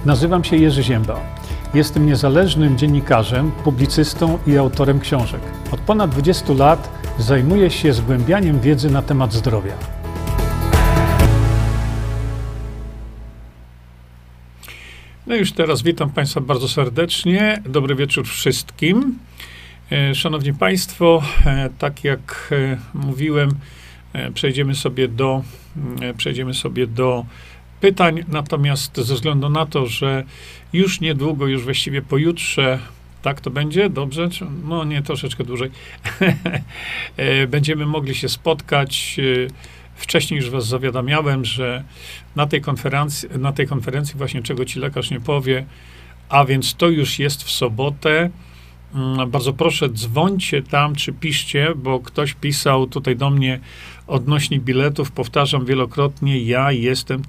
Nazywam się Jerzy Ziemba. Jestem niezależnym dziennikarzem, publicystą i autorem książek. Od ponad 20 lat zajmuję się zgłębianiem wiedzy na temat zdrowia. No już teraz witam Państwa bardzo serdecznie. Dobry wieczór wszystkim. Szanowni Państwo, tak jak mówiłem, przejdziemy sobie do pytań, natomiast ze względu na to, że już niedługo, już właściwie pojutrze, tak to będzie? Dobrze? No nie, troszeczkę dłużej. Będziemy mogli się spotkać. Wcześniej już was zawiadamiałem, że na tej konferencji właśnie czego ci lekarz nie powie, a więc to już jest w sobotę. Bardzo proszę, dzwońcie tam, czy piszcie, bo ktoś pisał tutaj do mnie odnośnie biletów. Powtarzam wielokrotnie, ja jestem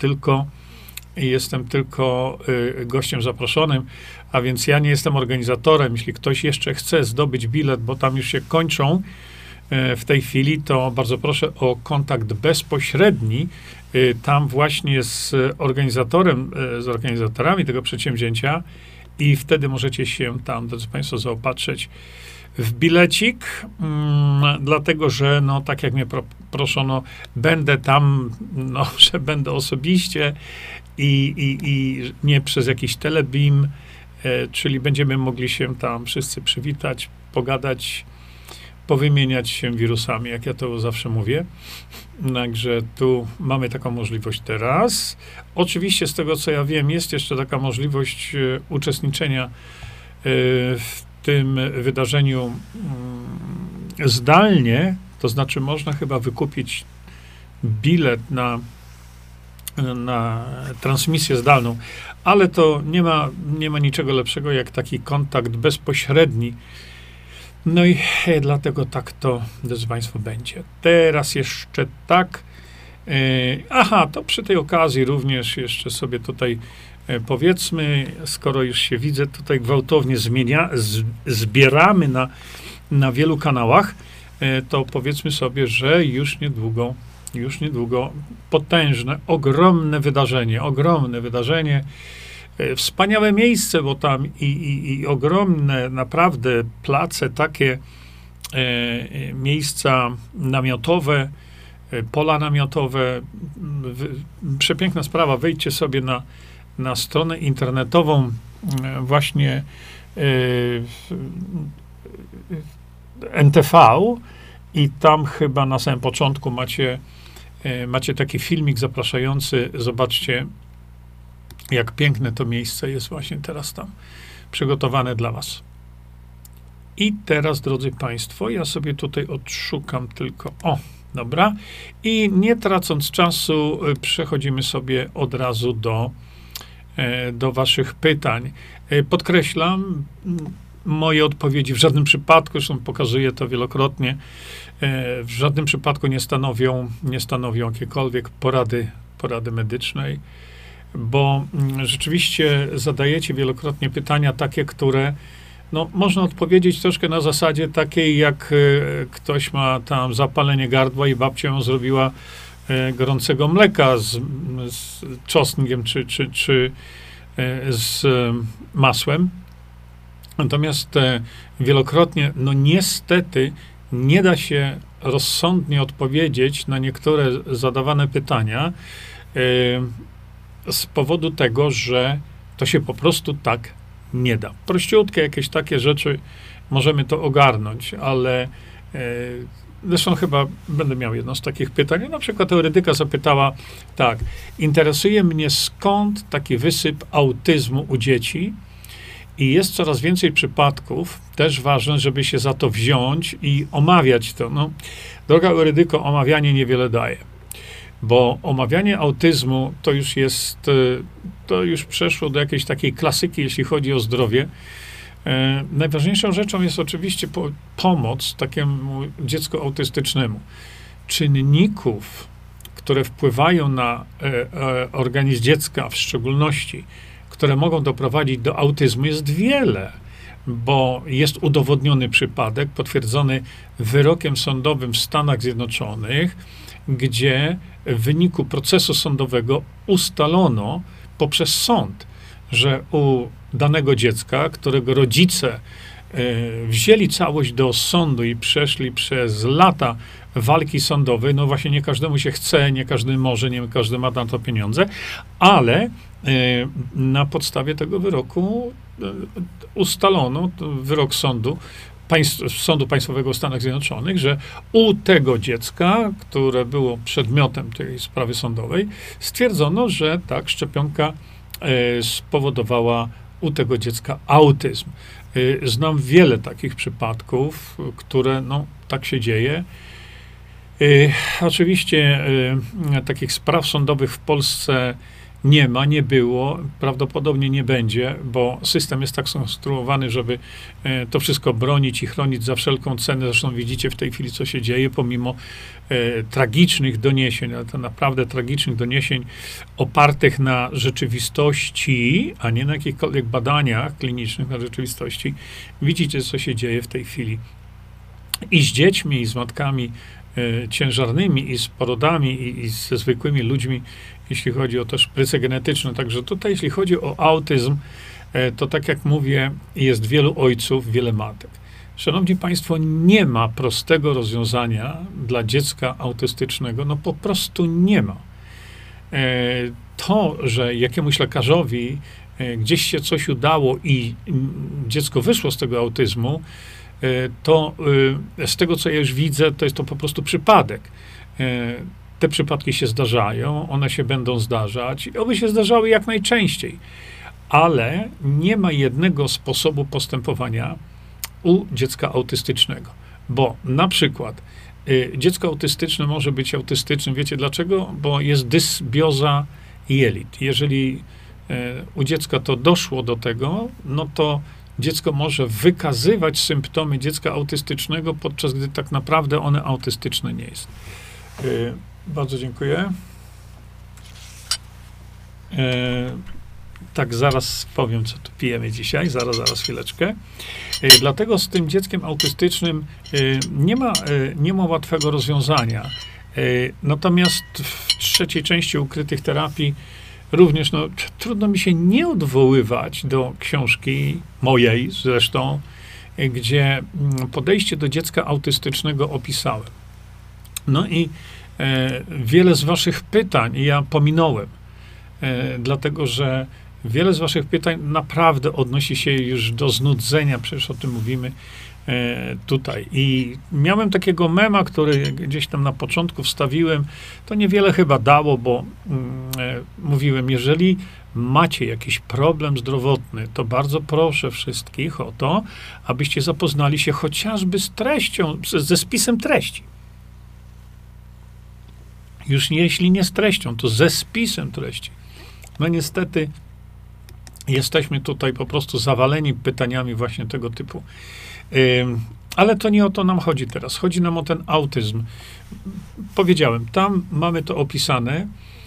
tylko gościem zaproszonym, a więc ja nie jestem organizatorem. Jeśli ktoś jeszcze chce zdobyć bilet, bo tam już się kończą w tej chwili, to bardzo proszę o kontakt bezpośredni tam właśnie z organizatorami tego przedsięwzięcia i wtedy możecie się tam, drodzy Państwo, zaopatrzyć w bilecik, dlatego, że no, tak jak mnie proszono, będę tam, no, że będę osobiście i nie przez jakiś telebeam, czyli będziemy mogli się tam wszyscy przywitać, pogadać, powymieniać się wirusami, jak ja to zawsze mówię. Także tu mamy taką możliwość teraz. Oczywiście z tego, co ja wiem, jest jeszcze taka możliwość uczestniczenia w tym wydarzeniu zdalnie, to znaczy można chyba wykupić bilet na transmisję zdalną, ale to nie ma niczego lepszego jak taki kontakt bezpośredni. No i dlatego tak to, drodzy Państwo, będzie. Teraz jeszcze tak. To przy tej okazji również jeszcze sobie tutaj powiedzmy, skoro już się widzę, tutaj gwałtownie zbieramy na wielu kanałach, to powiedzmy sobie, że już niedługo potężne, ogromne wydarzenie, wspaniałe miejsce, bo tam i ogromne naprawdę place, takie miejsca namiotowe, pola namiotowe. Przepiękna sprawa. Wejdźcie sobie na stronę internetową właśnie NTV i tam chyba na samym początku macie taki filmik zapraszający. Zobaczcie, jak piękne to miejsce jest właśnie teraz tam przygotowane dla was. I teraz, drodzy Państwo, ja sobie tutaj odszukam tylko, dobra. I nie tracąc czasu, przechodzimy sobie od razu do waszych pytań. Podkreślam, moje odpowiedzi w żadnym przypadku, zresztą pokazuję to wielokrotnie, w żadnym przypadku nie stanowią jakiejkolwiek porady medycznej, bo rzeczywiście zadajecie wielokrotnie pytania takie, które no, można odpowiedzieć troszkę na zasadzie takiej, jak ktoś ma tam zapalenie gardła i babcia ją zrobiła gorącego mleka z czosnkiem czy z masłem. Natomiast wielokrotnie, no niestety, nie da się rozsądnie odpowiedzieć na niektóre zadawane pytania z powodu tego, że to się po prostu tak nie da. Prościutkie jakieś takie rzeczy możemy to ogarnąć, ale zresztą chyba będę miał jedno z takich pytań. Na przykład Eurydyka zapytała tak: interesuje mnie, skąd taki wysyp autyzmu u dzieci i jest coraz więcej przypadków, też ważne, żeby się za to wziąć i omawiać to. No, droga Eurydyko, omawianie niewiele daje, bo omawianie autyzmu to już przeszło do jakiejś takiej klasyki, jeśli chodzi o zdrowie. Najważniejszą rzeczą jest oczywiście pomoc takiemu dziecku autystycznemu. Czynników, które wpływają na organizm dziecka, w szczególności, które mogą doprowadzić do autyzmu, jest wiele, bo jest udowodniony przypadek, potwierdzony wyrokiem sądowym w Stanach Zjednoczonych, gdzie w wyniku procesu sądowego ustalono poprzez sąd, że u danego dziecka, którego rodzice wzięli całość do sądu i przeszli przez lata walki sądowej, no właśnie nie każdemu się chce, nie każdy może, nie każdy ma na to pieniądze, ale na podstawie tego wyroku ustalono, wyrok Sądu Państwowego Stanów Zjednoczonych, że u tego dziecka, które było przedmiotem tej sprawy sądowej, stwierdzono, że tak, szczepionka spowodowała u tego dziecka autyzm. Znam wiele takich przypadków, które, no, tak się dzieje. Oczywiście takich spraw sądowych w Polsce nie ma, nie było, prawdopodobnie nie będzie, bo system jest tak skonstruowany, żeby to wszystko bronić i chronić za wszelką cenę. Zresztą widzicie w tej chwili, co się dzieje, pomimo tragicznych doniesień, ale to naprawdę tragicznych doniesień opartych na rzeczywistości, a nie na jakichkolwiek badaniach klinicznych, na rzeczywistości. Widzicie, co się dzieje w tej chwili. I z dziećmi, i z matkami ciężarnymi, i z porodami, i ze zwykłymi ludźmi, jeśli chodzi o te szpryce genetyczne. Także tutaj, jeśli chodzi o autyzm, to tak jak mówię, jest wielu ojców, wiele matek. Szanowni Państwo, nie ma prostego rozwiązania dla dziecka autystycznego, no po prostu nie ma. To, że jakiemuś lekarzowi gdzieś się coś udało i dziecko wyszło z tego autyzmu, to z tego, co ja już widzę, to jest to po prostu przypadek. Te przypadki się zdarzają, one się będą zdarzać i oby się zdarzały jak najczęściej. Ale nie ma jednego sposobu postępowania u dziecka autystycznego. Bo na przykład dziecko autystyczne może być autystycznym. Wiecie dlaczego? Bo jest dysbioza jelit. Jeżeli u dziecka to doszło do tego, no to dziecko może wykazywać symptomy dziecka autystycznego, podczas gdy tak naprawdę one autystyczne nie jest. Bardzo dziękuję. Tak, zaraz powiem, co tu pijemy dzisiaj. Zaraz, chwileczkę. Dlatego z tym dzieckiem autystycznym nie ma łatwego rozwiązania. Natomiast w trzeciej części ukrytych terapii również, no, trudno mi się nie odwoływać do książki mojej zresztą, gdzie podejście do dziecka autystycznego opisałem. No i wiele z waszych pytań ja pominąłem, dlatego że wiele z waszych pytań naprawdę odnosi się już do znudzenia, przecież o tym mówimy tutaj. I miałem takiego mema, który gdzieś tam na początku wstawiłem, to niewiele chyba dało, bo mówiłem, jeżeli macie jakiś problem zdrowotny, to bardzo proszę wszystkich o to, abyście zapoznali się chociażby z treścią, ze spisem treści. Już jeśli nie z treścią, to ze spisem treści. No niestety jesteśmy tutaj po prostu zawaleni pytaniami właśnie tego typu. Ale to nie o to nam chodzi teraz. Chodzi nam o ten autyzm. Powiedziałem, tam mamy to opisane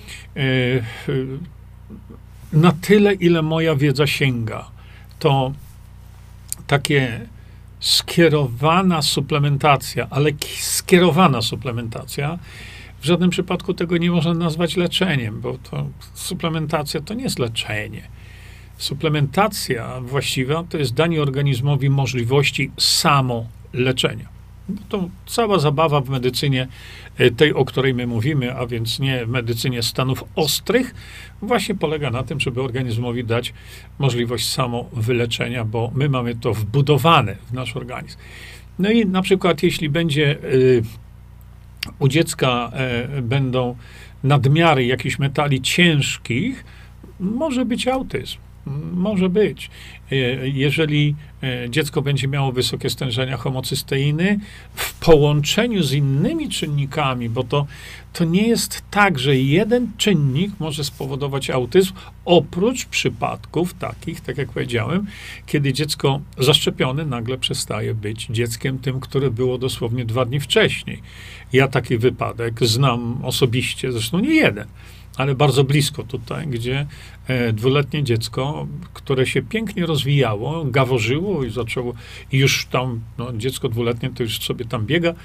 na tyle, ile moja wiedza sięga. To takie skierowana suplementacja, ale skierowana suplementacja, w żadnym przypadku tego nie można nazwać leczeniem, bo to suplementacja to nie jest leczenie. Suplementacja właściwa to jest danie organizmowi możliwości samoleczenia. Bo to cała zabawa w medycynie tej, o której my mówimy, a więc nie w medycynie stanów ostrych, właśnie polega na tym, żeby organizmowi dać możliwość samowyleczenia, bo my mamy to wbudowane w nasz organizm. No i na przykład jeśli będzie u dziecka będą nadmiary jakichś metali ciężkich, może być autyzm. Może być. Jeżeli dziecko będzie miało wysokie stężenia homocysteiny w połączeniu z innymi czynnikami, bo to nie jest tak, że jeden czynnik może spowodować autyzm, oprócz przypadków takich, tak jak powiedziałem, kiedy dziecko zaszczepione nagle przestaje być dzieckiem tym, które było dosłownie 2 dni wcześniej. Ja taki wypadek znam osobiście, zresztą nie jeden, ale bardzo blisko tutaj, gdzie 2-letnie dziecko, które się pięknie rozwijało, gaworzyło i zaczęło, i już tam, no, dziecko 2-letnie to już sobie tam biega,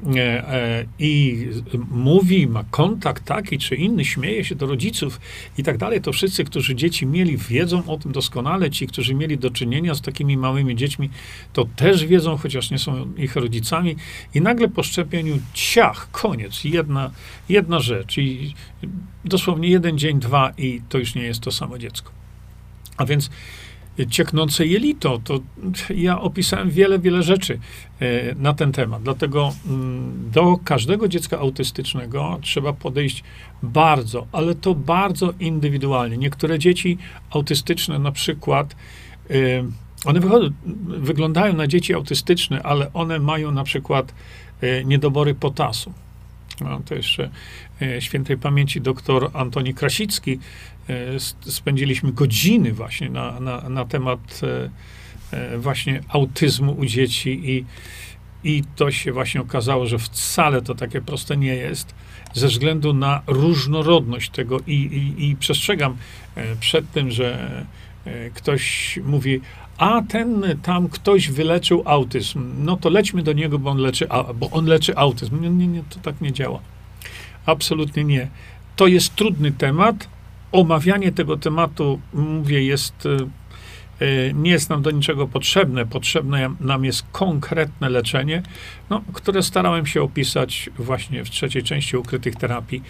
i mówi, ma kontakt taki czy inny, śmieje się do rodziców i tak dalej, to wszyscy, którzy dzieci mieli, wiedzą o tym doskonale. Ci, którzy mieli do czynienia z takimi małymi dziećmi, to też wiedzą, chociaż nie są ich rodzicami. I nagle po szczepieniu, ciach, koniec, jedna rzecz. I dosłownie 1 dzień, 2 i to już nie jest to samo dziecko. A więc cieknące jelito, to ja opisałem wiele rzeczy na ten temat. Dlatego do każdego dziecka autystycznego trzeba podejść bardzo, ale to bardzo indywidualnie. Niektóre dzieci autystyczne na przykład, one wyglądają na dzieci autystyczne, ale one mają na przykład niedobory potasu. No, to jeszcze świętej pamięci doktor Antoni Krasicki. Spędziliśmy godziny właśnie na temat właśnie autyzmu u dzieci i to się właśnie okazało, że wcale to takie proste nie jest, ze względu na różnorodność tego i przestrzegam przed tym, że ktoś mówi, a ten tam ktoś wyleczył autyzm, no to lećmy do niego, bo on leczy autyzm. Nie, to tak nie działa. Absolutnie nie. To jest trudny temat. Omawianie tego tematu, mówię, nie jest nam do niczego potrzebne. Potrzebne nam jest konkretne leczenie, które starałem się opisać właśnie w 3. części ukrytych terapii.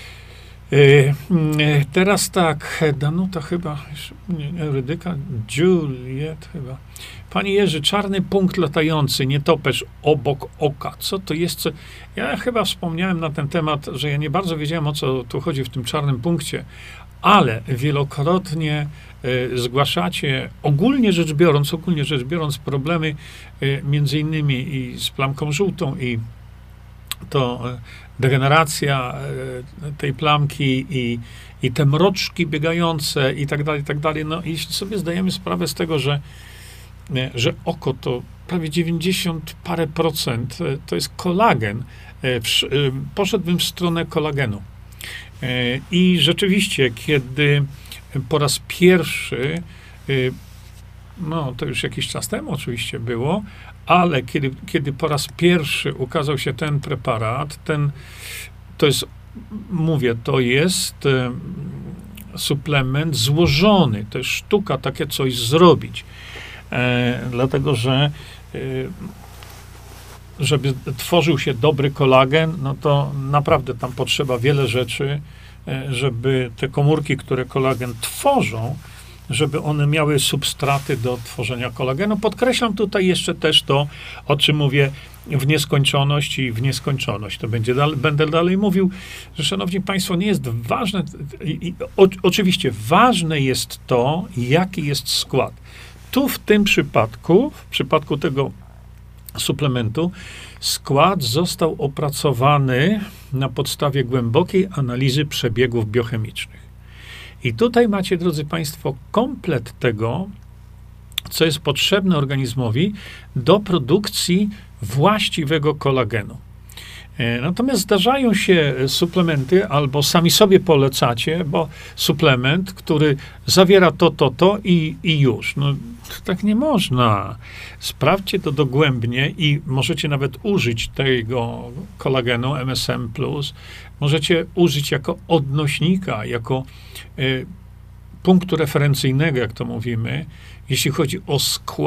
Teraz tak, Danuta chyba, Eurydyka, Juliet chyba. Panie Jerzy, czarny punkt latający, nietoperz obok oka. Co to jest? Ja chyba wspomniałem na ten temat, że ja nie bardzo wiedziałem, o co tu chodzi w tym czarnym punkcie, ale wielokrotnie zgłaszacie, ogólnie rzecz biorąc, problemy między innymi i z plamką żółtą i to degeneracja tej plamki i te mroczki biegające i tak dalej. No i jeśli sobie zdajemy sprawę z tego, że oko to prawie 90 parę procent to jest kolagen, poszedłbym w stronę kolagenu. I rzeczywiście, kiedy po raz pierwszy, to już jakiś czas temu oczywiście było, ale kiedy po raz pierwszy ukazał się ten preparat, to jest suplement złożony, to jest sztuka takie coś zrobić. Dlatego, że żeby tworzył się dobry kolagen, no to naprawdę tam potrzeba wiele rzeczy, żeby te komórki, które kolagen tworzą, żeby one miały substraty do tworzenia kolagenu. Podkreślam tutaj jeszcze też to, o czym mówię w nieskończoność i w nieskończoność. To będę dalej mówił, że szanowni państwo, nie jest ważne, oczywiście ważne jest to, jaki jest skład. Tu w tym przypadku, w przypadku tego suplementu, skład został opracowany na podstawie głębokiej analizy przebiegów biochemicznych. I tutaj macie, drodzy państwo, komplet tego, co jest potrzebne organizmowi do produkcji właściwego kolagenu. Natomiast zdarzają się suplementy, albo sami sobie polecacie, bo suplement, który zawiera to i już. No, to tak nie można. Sprawdźcie to dogłębnie i możecie nawet użyć tego kolagenu MSM+. Możecie użyć jako odnośnika, jako punktu referencyjnego, jak to mówimy, jeśli chodzi o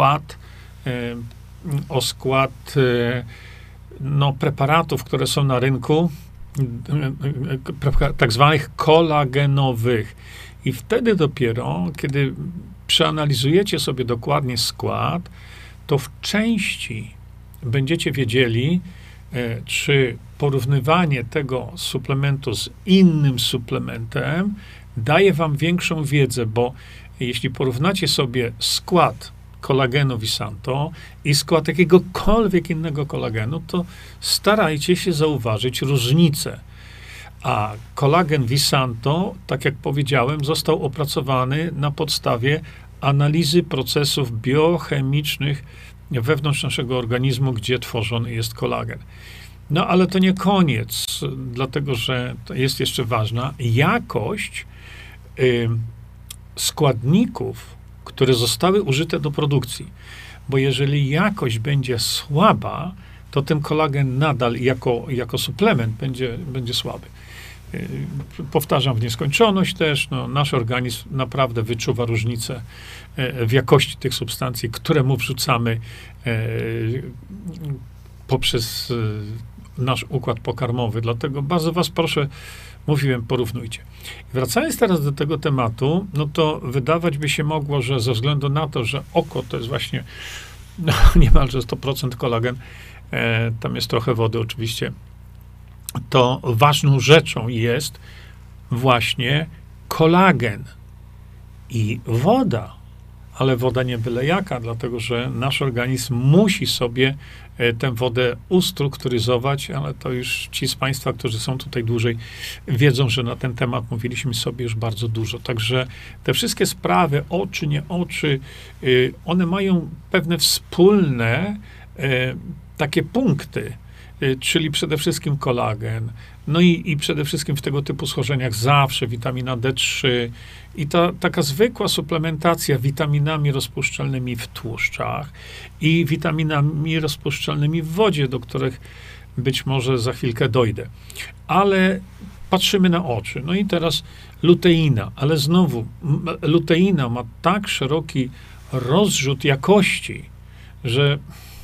skład preparatów, które są na rynku, tak zwanych kolagenowych. I wtedy dopiero, kiedy przeanalizujecie sobie dokładnie skład, to w części będziecie wiedzieli, czy porównywanie tego suplementu z innym suplementem daje wam większą wiedzę, bo jeśli porównacie sobie skład kolagenu Visanto i skład jakiegokolwiek innego kolagenu, to starajcie się zauważyć różnicę. A kolagen Visanto, tak jak powiedziałem, został opracowany na podstawie analizy procesów biochemicznych wewnątrz naszego organizmu, gdzie tworzony jest kolagen. No ale to nie koniec, dlatego że to jest jeszcze ważna jakość składników, które zostały użyte do produkcji. Bo jeżeli jakość będzie słaba, to ten kolagen nadal jako suplement będzie słaby. Powtarzam w nieskończoność też, no, nasz organizm naprawdę wyczuwa różnicę w jakości tych substancji, które mu wrzucamy poprzez nasz układ pokarmowy. Dlatego bardzo was proszę, mówiłem, porównujcie. Wracając teraz do tego tematu, no to wydawać by się mogło, że ze względu na to, że oko to jest właśnie no, niemalże 100% kolagen, tam jest trochę wody oczywiście, to ważną rzeczą jest właśnie kolagen i woda. Ale woda nie byle jaka, dlatego że nasz organizm musi sobie tę wodę ustrukturyzować, ale to już ci z Państwa, którzy są tutaj dłużej, wiedzą, że na ten temat mówiliśmy sobie już bardzo dużo. Także te wszystkie sprawy, oczy, nie oczy, one mają pewne wspólne takie punkty, czyli przede wszystkim kolagen, no i przede wszystkim w tego typu schorzeniach zawsze witamina D3 i ta taka zwykła suplementacja witaminami rozpuszczalnymi w tłuszczach i witaminami rozpuszczalnymi w wodzie, do których być może za chwilkę dojdę. Ale patrzymy na oczy. No i teraz luteina, ale znowu luteina ma tak szeroki rozrzut jakości, że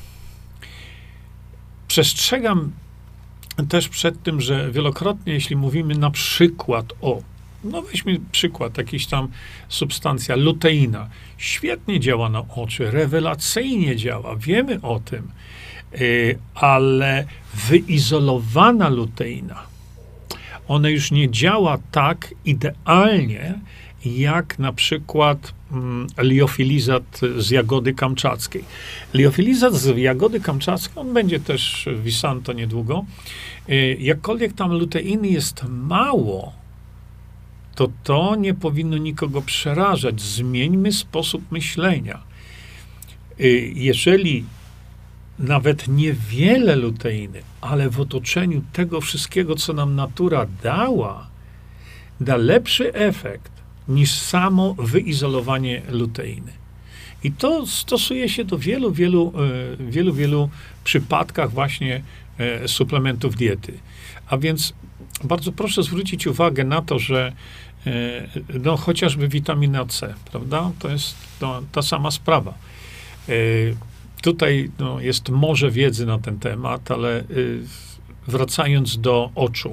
przestrzegam też przed tym, że wielokrotnie, jeśli mówimy na przykład no weźmy przykład, jakaś tam substancja, luteina, świetnie działa na oczy, rewelacyjnie działa, wiemy o tym, ale wyizolowana luteina, ona już nie działa tak idealnie, jak na przykład liofilizat z jagody kamczackiej. Liofilizat z jagody kamczackiej, on będzie też w Visanto niedługo. Jakkolwiek tam luteiny jest mało, to nie powinno nikogo przerażać. Zmieńmy sposób myślenia. Jeżeli nawet niewiele luteiny, ale w otoczeniu tego wszystkiego, co nam natura dała, da lepszy efekt niż samo wyizolowanie luteiny. I to stosuje się do wielu przypadkach właśnie suplementów diety. A więc bardzo proszę zwrócić uwagę na to, że no, chociażby witamina C, prawda? To jest ta sama sprawa. Tutaj no, jest morze wiedzy na ten temat, ale wracając do oczu.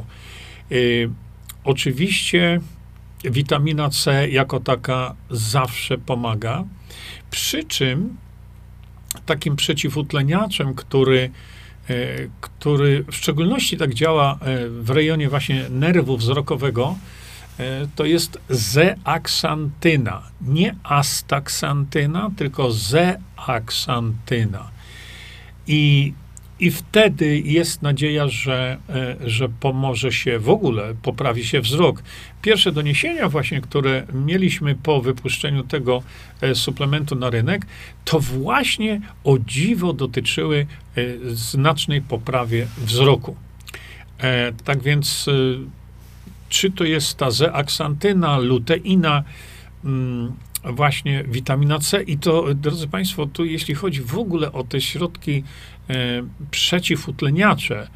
Oczywiście witamina C jako taka zawsze pomaga, przy czym takim przeciwutleniaczem, który w szczególności tak działa w rejonie właśnie nerwu wzrokowego, to jest zeaksantyna. Nie astaksantyna, tylko zeaksantyna. I wtedy jest nadzieja, że pomoże się w ogóle, poprawi się wzrok. Pierwsze doniesienia właśnie, które mieliśmy po wypuszczeniu tego suplementu na rynek, to właśnie o dziwo dotyczyły znacznej poprawy wzroku. Tak więc, czy to jest ta zeaksantyna, luteina, właśnie witamina C i to, drodzy Państwo, tu jeśli chodzi w ogóle o te środki przeciwutleniacze,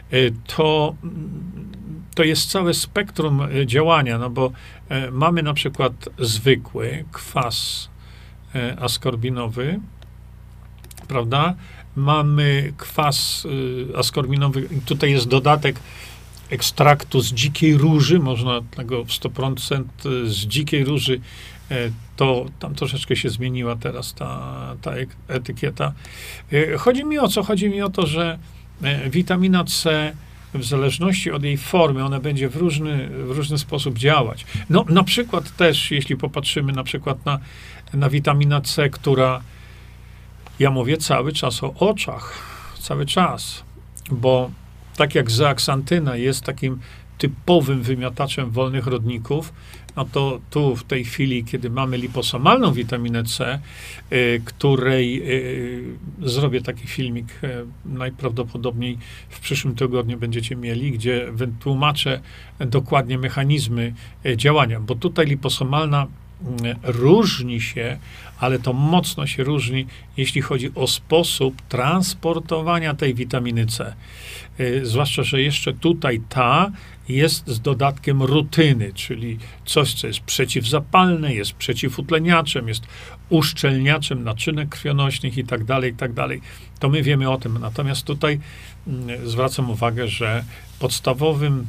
to jest całe spektrum działania, no bo mamy na przykład zwykły kwas askorbinowy, prawda? Mamy kwas askorbinowy, tutaj jest dodatek ekstraktu z dzikiej róży, można tego w 100% z dzikiej róży, to tam troszeczkę się zmieniła teraz ta etykieta. Chodzi mi o co? Chodzi mi o to, że witamina C w zależności od jej formy, ona będzie w różny sposób działać. No, na przykład też, jeśli popatrzymy na przykład na witaminę C, która, ja mówię cały czas o oczach, cały czas, bo tak jak zeaksantyna jest takim typowym wymiataczem wolnych rodników, no to tu w tej chwili, kiedy mamy liposomalną witaminę C, której zrobię taki filmik, najprawdopodobniej w przyszłym tygodniu będziecie mieli, gdzie wytłumaczę dokładnie mechanizmy działania, bo tutaj liposomalna różni się, ale to mocno się różni, jeśli chodzi o sposób transportowania tej witaminy C. Zwłaszcza, że jeszcze tutaj ta jest z dodatkiem rutyny, czyli coś, co jest przeciwzapalne, jest przeciwutleniaczem, jest uszczelniaczem naczynek krwionośnych i tak dalej, i tak dalej. To my wiemy o tym. Natomiast tutaj zwracam uwagę, że podstawowym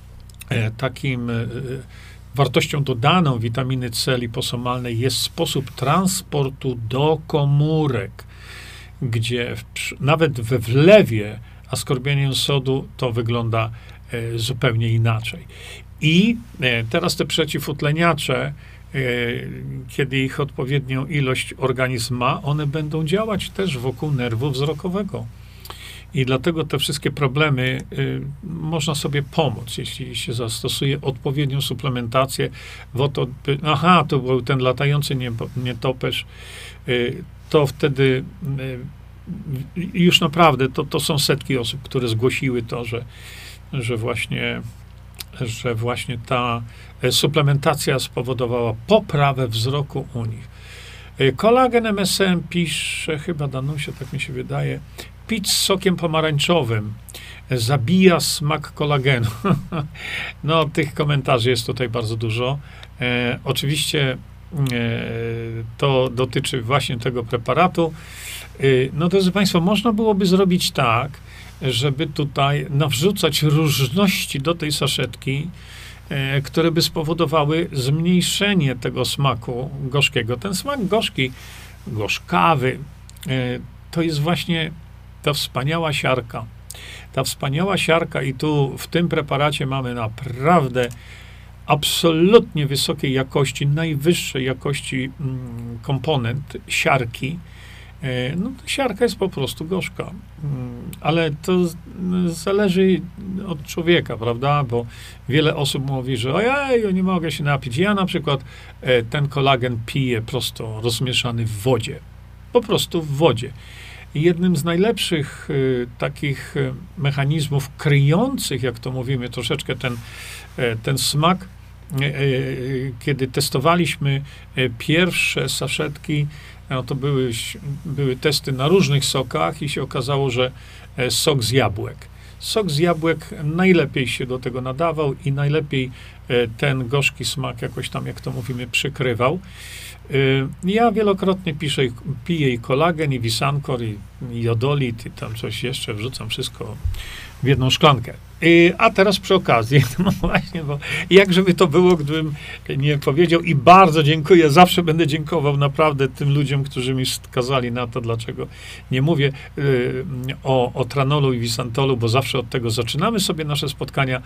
takim wartością dodaną witaminy C liposomalnej jest sposób transportu do komórek, gdzie nawet we wlewie askorbianiem sodu to wygląda zupełnie inaczej. I teraz te przeciwutleniacze, kiedy ich odpowiednią ilość organizm ma, one będą działać też wokół nerwu wzrokowego. I dlatego te wszystkie problemy można sobie pomóc, jeśli się zastosuje odpowiednią suplementację. To był ten latający nietoperz, to wtedy już naprawdę to są setki osób, które zgłosiły to, że właśnie ta suplementacja spowodowała poprawę wzroku u nich. Kolagen MSM pisze, chyba Danusia, tak mi się wydaje, pić z sokiem pomarańczowym zabija smak kolagenu. No, tych komentarzy jest tutaj bardzo dużo. Oczywiście to dotyczy właśnie tego preparatu. No, drodzy Państwo, można byłoby zrobić tak, żeby tutaj nawrzucać różności do tej saszetki, które by spowodowały zmniejszenie tego smaku gorzkiego. Ten smak gorzki, gorzkawy, to jest właśnie ta wspaniała siarka. Ta wspaniała siarka i tu w tym preparacie mamy naprawdę absolutnie wysokiej jakości, najwyższej jakości komponent siarki. No, ta siarka jest po prostu gorzka. Ale to zależy od człowieka, prawda? Bo wiele osób mówi, że ojej, nie mogę się napić. Ja na przykład ten kolagen piję prosto rozmieszany w wodzie. Po prostu w wodzie. I jednym z najlepszych takich mechanizmów kryjących, jak to mówimy, troszeczkę ten smak, kiedy testowaliśmy pierwsze saszetki, no to były testy na różnych sokach i się okazało, że sok z jabłek. Sok z jabłek najlepiej się do tego nadawał i najlepiej ten gorzki smak jakoś tam, jak to mówimy, przykrywał. Ja wielokrotnie piję i kolagen, i Visancor, i jodolit, i tam coś jeszcze, wrzucam wszystko w jedną szklankę. A teraz przy okazji, no właśnie, bo jak żeby to było, gdybym nie powiedział, i bardzo dziękuję, zawsze będę dziękował naprawdę tym ludziom, którzy mi wskazali na to, dlaczego nie mówię o tranolu i Visantolu, bo zawsze od tego zaczynamy sobie nasze spotkania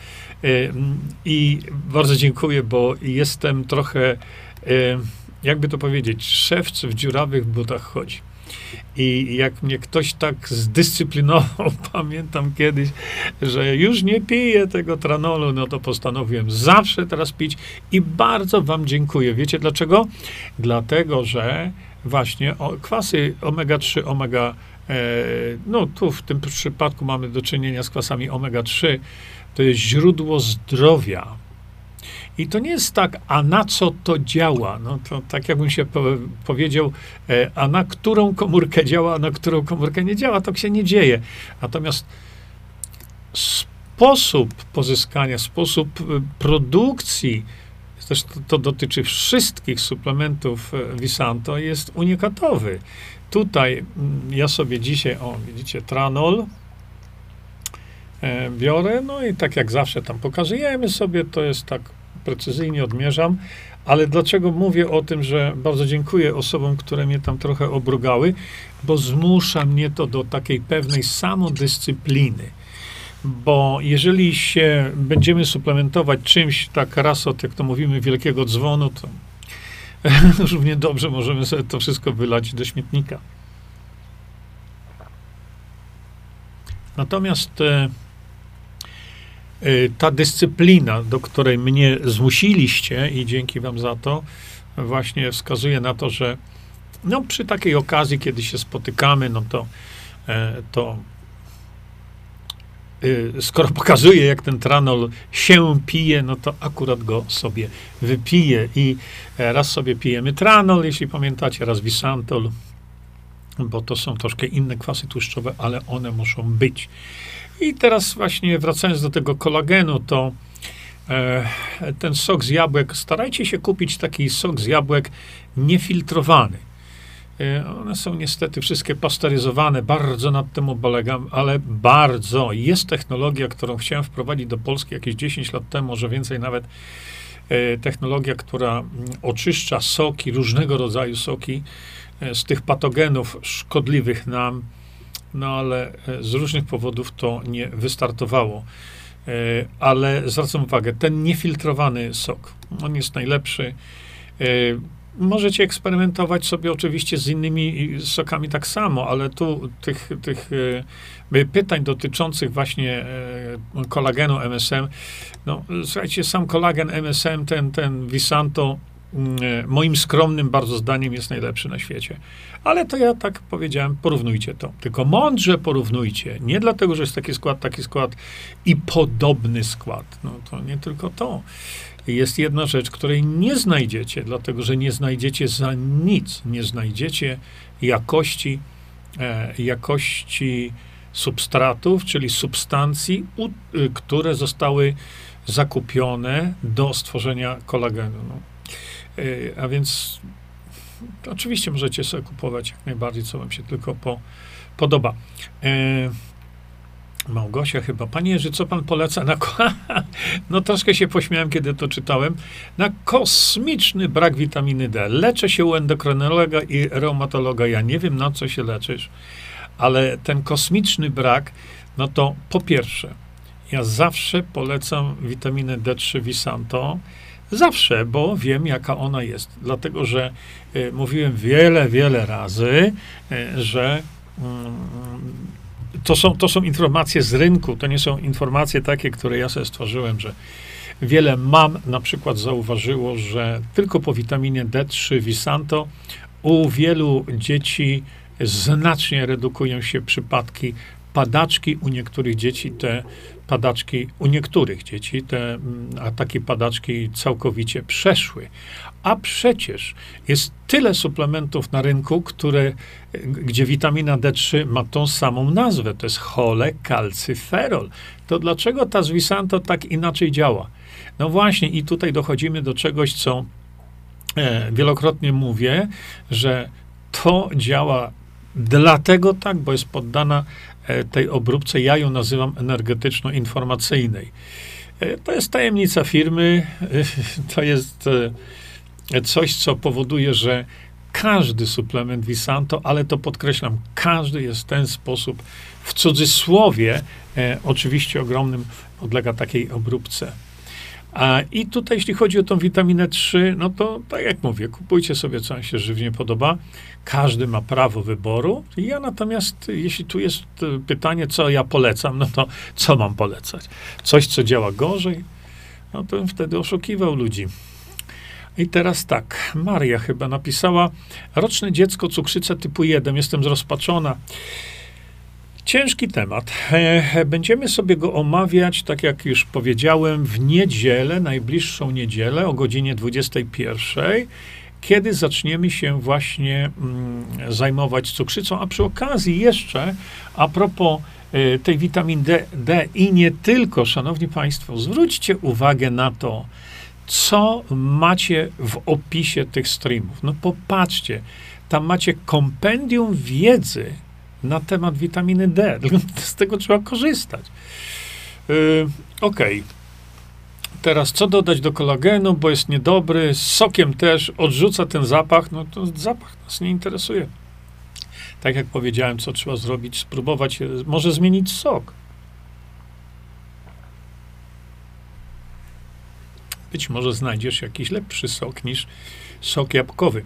i bardzo dziękuję, bo jestem trochę, jakby to powiedzieć, szewc w dziurawych butach chodzi. I jak mnie ktoś tak zdyscyplinował, pamiętam kiedyś, że już nie piję tego tranolu, no to postanowiłem zawsze teraz pić i bardzo wam dziękuję. Wiecie dlaczego? Dlatego, że właśnie kwasy omega-3, no tu w tym przypadku mamy do czynienia z kwasami omega-3, to jest źródło zdrowia. I to nie jest tak, a na co to działa? No to tak jakbym się powiedział, a na którą komórkę działa, a na którą komórkę nie działa, to się nie dzieje. Natomiast sposób pozyskania, sposób produkcji, też to dotyczy wszystkich suplementów Visanto, jest unikatowy. Tutaj ja sobie dzisiaj, widzicie, tranol biorę, no i tak jak zawsze tam pokazujemy sobie, to jest tak precyzyjnie odmierzam, ale dlaczego mówię o tym, że bardzo dziękuję osobom, które mnie tam trochę obrugały, bo zmusza mnie to do takiej pewnej samodyscypliny. Bo jeżeli się będziemy suplementować czymś tak raz od, jak to mówimy, wielkiego dzwonu, to równie dobrze możemy sobie to wszystko wylać do śmietnika. Natomiast ta dyscyplina, do której mnie zmusiliście i dzięki wam za to, właśnie wskazuje na to, że no, przy takiej okazji, kiedy się spotykamy, no to skoro pokazuje, jak ten tranol się pije, no to akurat go sobie wypije. I raz sobie pijemy tranol, jeśli pamiętacie, raz Visantol, bo to są troszkę inne kwasy tłuszczowe, ale one muszą być. I teraz właśnie wracając do tego kolagenu, to ten sok z jabłek, starajcie się kupić taki sok z jabłek niefiltrowany. One są niestety wszystkie pasteryzowane, bardzo nad tym ubolegam, ale bardzo. Jest technologia, którą chciałem wprowadzić do Polski jakieś 10 lat temu, może więcej nawet. Technologia, która oczyszcza soki, różnego rodzaju soki z tych patogenów szkodliwych nam, no ale z różnych powodów to nie wystartowało. Ale zwracam uwagę, ten niefiltrowany sok, on jest najlepszy. Możecie eksperymentować sobie oczywiście z innymi sokami tak samo, ale tu tych pytań dotyczących właśnie kolagenu MSM, no słuchajcie, sam kolagen MSM, ten Visanto, moim skromnym bardzo zdaniem jest najlepszy na świecie. Ale to ja tak powiedziałem, porównujcie to. Tylko mądrze porównujcie. Nie dlatego, że jest taki skład i podobny skład. No to nie tylko to. Jest jedna rzecz, której nie znajdziecie, dlatego że nie znajdziecie za nic. Nie znajdziecie jakości substratów, czyli substancji, które zostały zakupione do stworzenia kolagenu. No. A więc oczywiście możecie sobie kupować jak najbardziej, co wam się tylko podoba. Małgosia chyba. Panie Jerzy, co pan poleca na... No troszkę się pośmiałem, kiedy to czytałem. Na kosmiczny brak witaminy D. Leczę się u endokrynologa i reumatologa. Ja nie wiem, na co się leczysz, ale ten kosmiczny brak, no to po pierwsze, ja zawsze polecam witaminę D3 Visanto. Zawsze, bo wiem, jaka ona jest. Dlatego, że mówiłem wiele razy, że to są informacje z rynku, to nie są informacje takie, które ja sobie stworzyłem, że wiele mam na przykład zauważyło, że tylko po witaminie D3 Visanto u wielu dzieci znacznie redukują się przypadki padaczki, u niektórych dzieci te ataki padaczki całkowicie przeszły. A przecież jest tyle suplementów na rynku, gdzie witamina D3 ma tą samą nazwę. To jest cholecalciferol. To dlaczego ta z Visanto tak inaczej działa? No właśnie, i tutaj dochodzimy do czegoś, co wielokrotnie mówię, że to działa dlatego tak, bo jest poddana tej obróbce, ja ją nazywam energetyczno-informacyjnej. To jest tajemnica firmy, to jest coś, co powoduje, że każdy suplement Visanto, ale to podkreślam, każdy jest w ten sposób, w cudzysłowie, oczywiście ogromnym, podlega takiej obróbce. I tutaj, jeśli chodzi o tą witaminę 3, no to tak jak mówię, kupujcie sobie, co wam się żywnie podoba. Każdy ma prawo wyboru. Ja natomiast, jeśli tu jest pytanie, co ja polecam, no to co mam polecać? Coś, co działa gorzej? No to bym wtedy oszukiwał ludzi. I teraz tak, Maria chyba napisała, roczne dziecko, cukrzyca typu 1, jestem zrozpaczona. Ciężki temat. Będziemy sobie go omawiać, tak jak już powiedziałem, w niedzielę, najbliższą niedzielę o godzinie 21, kiedy zaczniemy się właśnie zajmować cukrzycą. A przy okazji jeszcze, a propos tej witaminy D i nie tylko, szanowni państwo, zwróćcie uwagę na to, co macie w opisie tych streamów. No popatrzcie, tam macie kompendium wiedzy na temat witaminy D. Z tego trzeba korzystać. Okej. Teraz co dodać do kolagenu, bo jest niedobry, z sokiem też, odrzuca ten zapach, no to zapach nas nie interesuje. Tak jak powiedziałem, co trzeba zrobić, spróbować, może zmienić sok. Być może znajdziesz jakiś lepszy sok niż sok jabłkowy.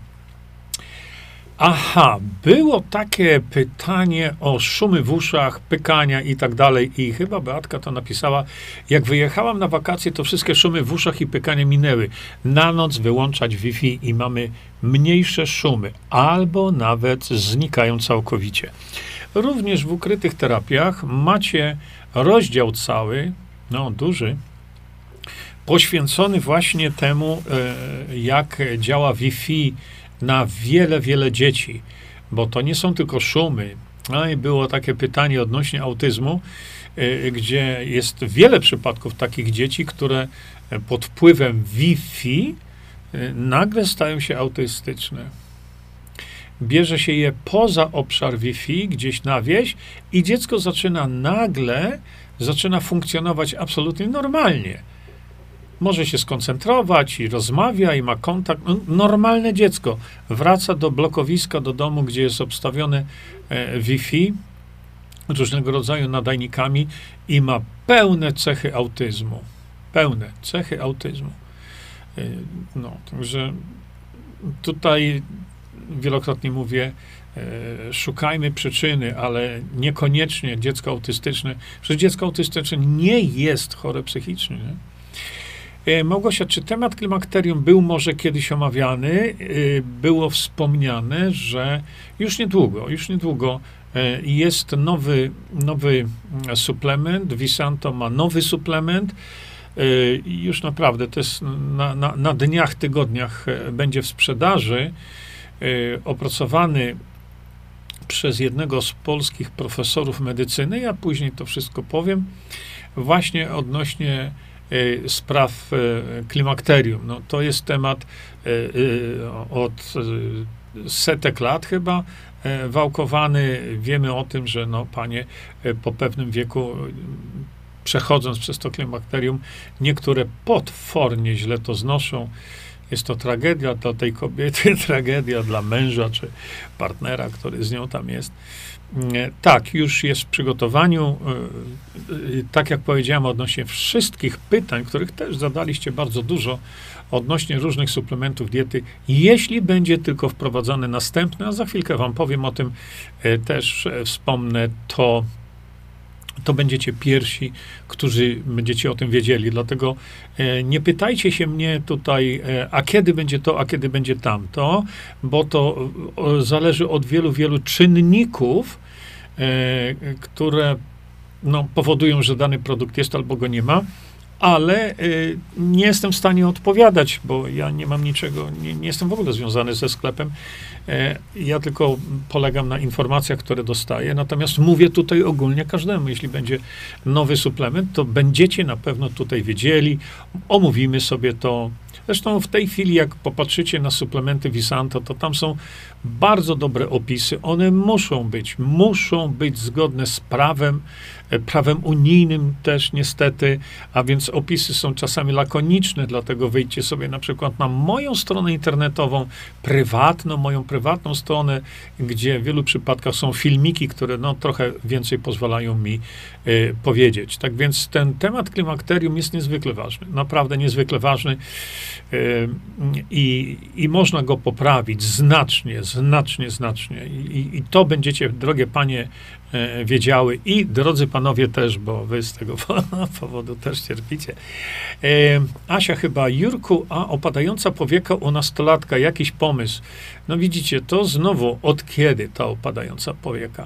Aha, było takie pytanie o szumy w uszach, pykania i tak dalej i chyba Beatka to napisała, jak wyjechałam na wakacje, to wszystkie szumy w uszach i pykanie minęły. Na noc wyłączać Wi-Fi i mamy mniejsze szumy, albo nawet znikają całkowicie. również w ukrytych terapiach macie rozdział cały, no duży, poświęcony właśnie temu, jak działa Wi-Fi na wiele, wiele dzieci, bo to nie są tylko szumy. No i było takie pytanie odnośnie autyzmu, gdzie jest wiele przypadków takich dzieci, które pod wpływem Wi-Fi nagle stają się autystyczne. Bierze się je poza obszar Wi-Fi, gdzieś na wieś i dziecko zaczyna funkcjonować absolutnie normalnie. Może się skoncentrować i rozmawia, i ma kontakt. No, normalne dziecko wraca do blokowiska, do domu, gdzie jest obstawione Wi-Fi, różnego rodzaju nadajnikami i ma pełne cechy autyzmu. Pełne cechy autyzmu. No, także tutaj wielokrotnie mówię, szukajmy przyczyny, ale niekoniecznie dziecko autystyczne. Przecież dziecko autystyczne nie jest chore psychicznie. Nie? Małgosia, czy temat klimakterium był może kiedyś omawiany? Było wspomniane, że już niedługo jest nowy suplement. Visanto ma nowy suplement. Już naprawdę, to jest na dniach, tygodniach będzie w sprzedaży. Opracowany przez jednego z polskich profesorów medycyny. Ja później to wszystko powiem. Właśnie odnośnie spraw klimakterium. No, to jest temat od setek lat chyba wałkowany. Wiemy o tym, że no, panie po pewnym wieku, przechodząc przez to klimakterium, niektóre potwornie źle to znoszą. Jest to tragedia dla tej kobiety, tragedia dla męża czy partnera, który z nią tam jest. Tak, już jest w przygotowaniu. Tak jak powiedziałem, odnośnie wszystkich pytań, których też zadaliście bardzo dużo, odnośnie różnych suplementów diety, jeśli będzie tylko wprowadzany następny, a za chwilkę wam powiem o tym, też wspomnę, to będziecie pierwsi, którzy będziecie o tym wiedzieli. Dlatego nie pytajcie się mnie tutaj, a kiedy będzie to, a kiedy będzie tamto, bo to zależy od wielu, wielu czynników, które no, powodują, że dany produkt jest albo go nie ma, ale nie jestem w stanie odpowiadać, bo ja nie mam niczego, nie jestem w ogóle związany ze sklepem. Ja tylko polegam na informacjach, które dostaję, natomiast mówię tutaj ogólnie każdemu. Jeśli będzie nowy suplement, to będziecie na pewno tutaj wiedzieli, omówimy sobie to. Zresztą w tej chwili, jak popatrzycie na suplementy Visanto, to tam są bardzo dobre opisy. One muszą być zgodne z prawem unijnym też niestety, a więc opisy są czasami lakoniczne, dlatego wejdźcie sobie na przykład na moją stronę internetową, moją prywatną stronę, gdzie w wielu przypadkach są filmiki, które no, trochę więcej pozwalają mi powiedzieć. Tak więc ten temat klimakterium jest niezwykle ważny, naprawdę niezwykle ważny i można go poprawić znacznie. I to będziecie, drogie panie, wiedziały i drodzy panowie też, bo wy z tego powodu też cierpicie. Asia chyba, Jurku, a opadająca powieka u nastolatka, jakiś pomysł? No widzicie, to znowu od kiedy ta opadająca powieka?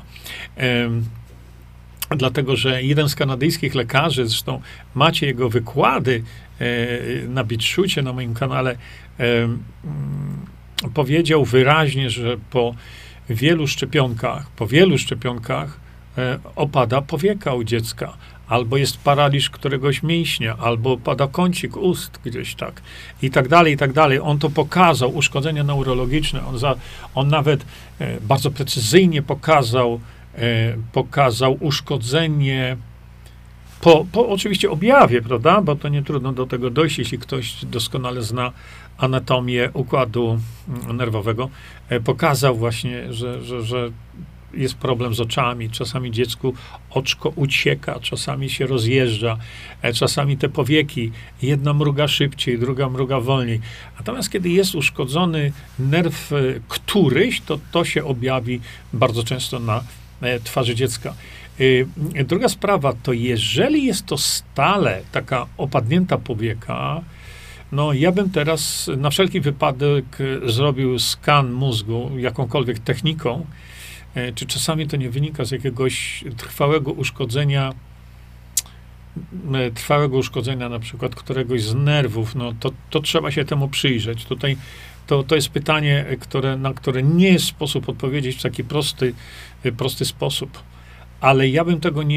Dlatego, że jeden z kanadyjskich lekarzy, zresztą macie jego wykłady na BitChucie, na moim kanale, powiedział wyraźnie, że po wielu szczepionkach opada powieka u dziecka, albo jest paraliż któregoś mięśnia, albo opada kącik ust gdzieś tak, i tak dalej. On to pokazał, uszkodzenia neurologiczne, on nawet bardzo precyzyjnie pokazał uszkodzenie po oczywiście objawie, prawda, bo to nie trudno do tego dojść, jeśli ktoś doskonale zna anatomię układu nerwowego. Pokazał właśnie, że jest problem z oczami, czasami dziecku oczko ucieka, czasami się rozjeżdża, czasami te powieki, jedna mruga szybciej, druga mruga wolniej. Natomiast kiedy jest uszkodzony nerw któryś, to się objawi bardzo często na twarzy dziecka. Druga sprawa to, jeżeli jest to stale taka opadnięta powieka, no ja bym teraz na wszelki wypadek zrobił skan mózgu jakąkolwiek techniką, czy czasami to nie wynika z jakiegoś trwałego uszkodzenia na przykład któregoś z nerwów, no to trzeba się temu przyjrzeć. Tutaj to jest pytanie, na które nie jest sposób odpowiedzieć w taki prosty sposób. Ale ja bym tego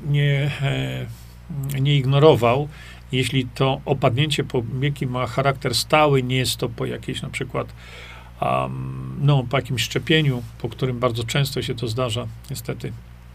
nie ignorował, jeśli to opadnięcie powieki ma charakter stały, nie jest to po jakiejś na przykład po jakimś szczepieniu, po którym bardzo często się to zdarza, niestety.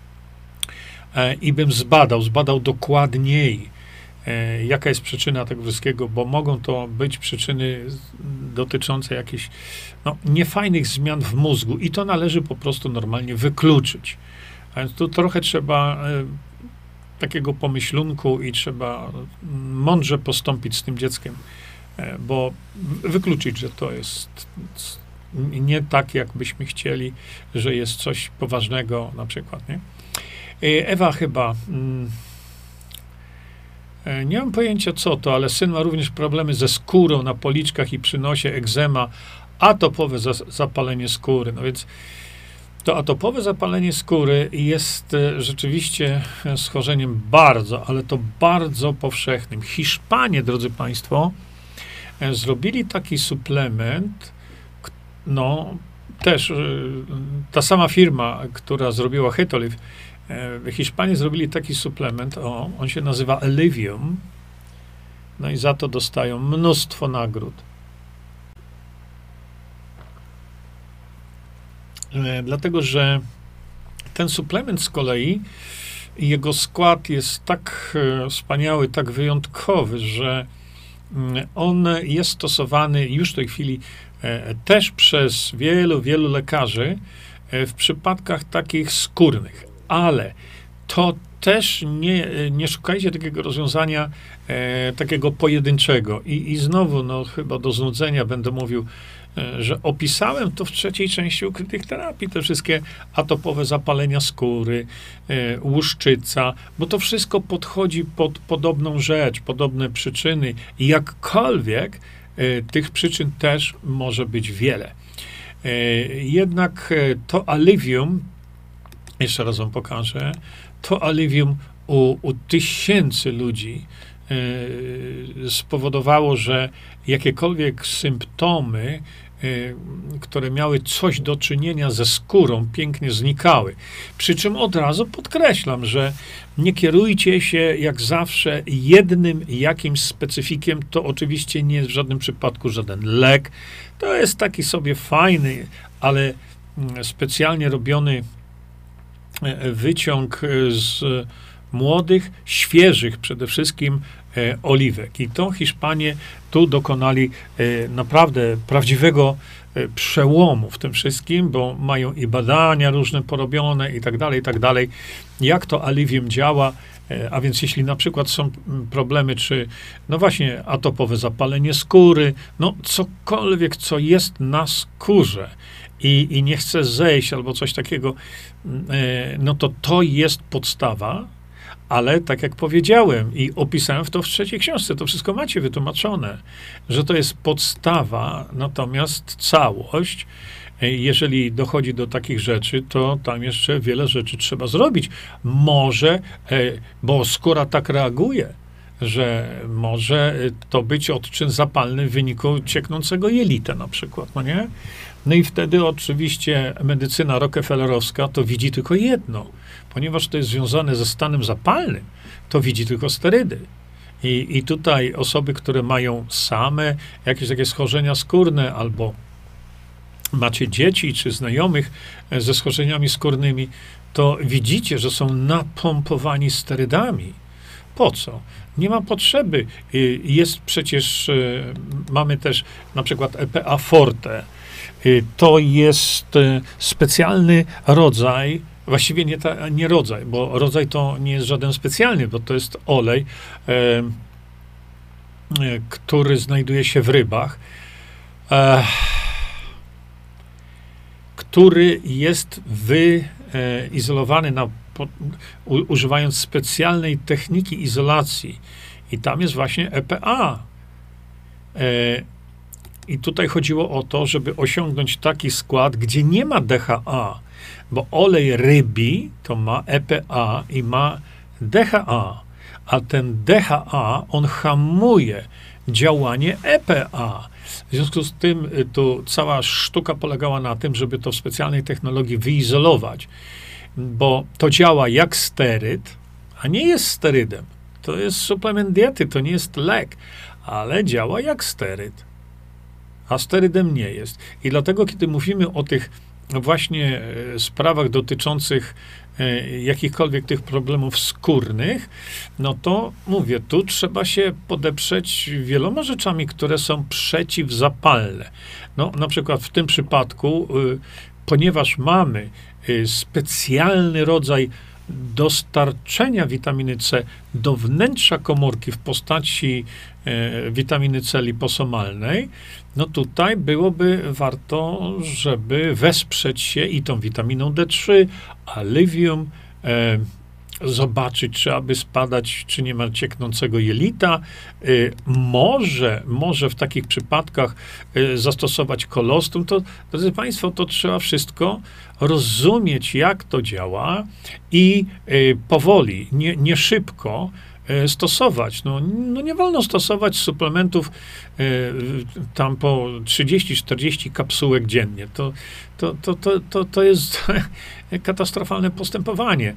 I bym zbadał dokładniej, jaka jest przyczyna tego wszystkiego, bo mogą to być przyczyny dotyczące jakichś niefajnych zmian w mózgu i to należy po prostu normalnie wykluczyć. A więc tu trochę trzeba takiego pomyślunku i trzeba mądrze postąpić z tym dzieckiem, bo wykluczyć, że to jest nie tak, jakbyśmy chcieli, że jest coś poważnego na przykład, nie? Ewa chyba, nie mam pojęcia co to, ale syn ma również problemy ze skórą na policzkach i przy nosie, egzema, atopowe zapalenie skóry. No więc to atopowe zapalenie skóry jest rzeczywiście schorzeniem ale to bardzo powszechnym. Hiszpanie, drodzy Państwo, zrobili taki suplement, też ta sama firma, która zrobiła Hetolive, w Hiszpanii zrobili taki suplement, on się nazywa Alivium, no i za to dostają mnóstwo nagród. Dlatego, że ten suplement z kolei, jego skład jest tak wspaniały, tak wyjątkowy, że on jest stosowany już w tej chwili też przez wielu lekarzy w przypadkach takich skórnych. Ale to też nie szukajcie takiego rozwiązania takiego pojedynczego. I znowu, chyba do znudzenia będę mówił, że opisałem to w trzeciej części ukrytych terapii, te wszystkie atopowe zapalenia skóry, łuszczyca, bo to wszystko podchodzi pod podobną rzecz, podobne przyczyny i jakkolwiek tych przyczyn też może być wiele. Jednak to Alivium, jeszcze raz wam pokażę, to Alivium u tysięcy ludzi spowodowało, że jakiekolwiek symptomy, które miały coś do czynienia ze skórą, pięknie znikały. Przy czym od razu podkreślam, że nie kierujcie się jak zawsze jednym jakimś specyfikiem. To oczywiście nie jest w żadnym przypadku żaden lek. To jest taki sobie fajny, ale specjalnie robiony wyciąg z młodych, świeżych przede wszystkim oliwek. I to Hiszpanie tu dokonali naprawdę prawdziwego przełomu w tym wszystkim, bo mają i badania różne porobione i tak dalej, jak to Alivium działa. A więc jeśli na przykład są problemy, czy właśnie atopowe zapalenie skóry, cokolwiek, co jest na skórze i nie chce zejść albo coś takiego, to jest podstawa. Ale tak jak powiedziałem i opisałem to w trzeciej książce, to wszystko macie wytłumaczone, że to jest podstawa, natomiast całość, jeżeli dochodzi do takich rzeczy, to tam jeszcze wiele rzeczy trzeba zrobić. Może, bo skóra tak reaguje, że może to być odczyn zapalny w wyniku cieknącego jelita na przykład, nie? No i wtedy oczywiście medycyna rockefellerowska to widzi tylko jedno, ponieważ to jest związane ze stanem zapalnym, to widzi tylko sterydy. I tutaj osoby, które mają same jakieś takie schorzenia skórne, albo macie dzieci czy znajomych ze schorzeniami skórnymi, to widzicie, że są napompowani sterydami. Po co? Nie ma potrzeby. Jest przecież, mamy też na przykład EPA Forte. To jest specjalny rodzaj, właściwie nie rodzaj, bo rodzaj to nie jest żaden specjalny, bo to jest olej, który znajduje się w rybach, który jest wyizolowany używając specjalnej techniki izolacji. I tam jest właśnie EPA. I tutaj chodziło o to, żeby osiągnąć taki skład, gdzie nie ma DHA, bo olej rybi to ma EPA i ma DHA, a ten DHA, on hamuje działanie EPA. W związku z tym tu cała sztuka polegała na tym, żeby to w specjalnej technologii wyizolować, bo to działa jak steryd, a nie jest sterydem. To jest suplement diety, to nie jest lek, ale działa jak steryd, a sterydem nie jest. I dlatego, kiedy mówimy o tych właśnie sprawach dotyczących jakichkolwiek tych problemów skórnych, no to mówię, tu trzeba się podeprzeć wieloma rzeczami, które są przeciwzapalne. No, na przykład w tym przypadku, ponieważ mamy specjalny rodzaj dostarczenia witaminy C do wnętrza komórki w postaci witaminy C liposomalnej, no tutaj byłoby warto, żeby wesprzeć się i tą witaminą D3, alivium, zobaczyć, czy aby spadać, czy nie ma cieknącego jelita. Może w takich przypadkach zastosować kolostrum. To, drodzy Państwo, to trzeba wszystko rozumieć, jak to działa i powoli, nie szybko stosować. No nie wolno stosować suplementów tam po 30-40 kapsułek dziennie. To jest katastrofalne postępowanie.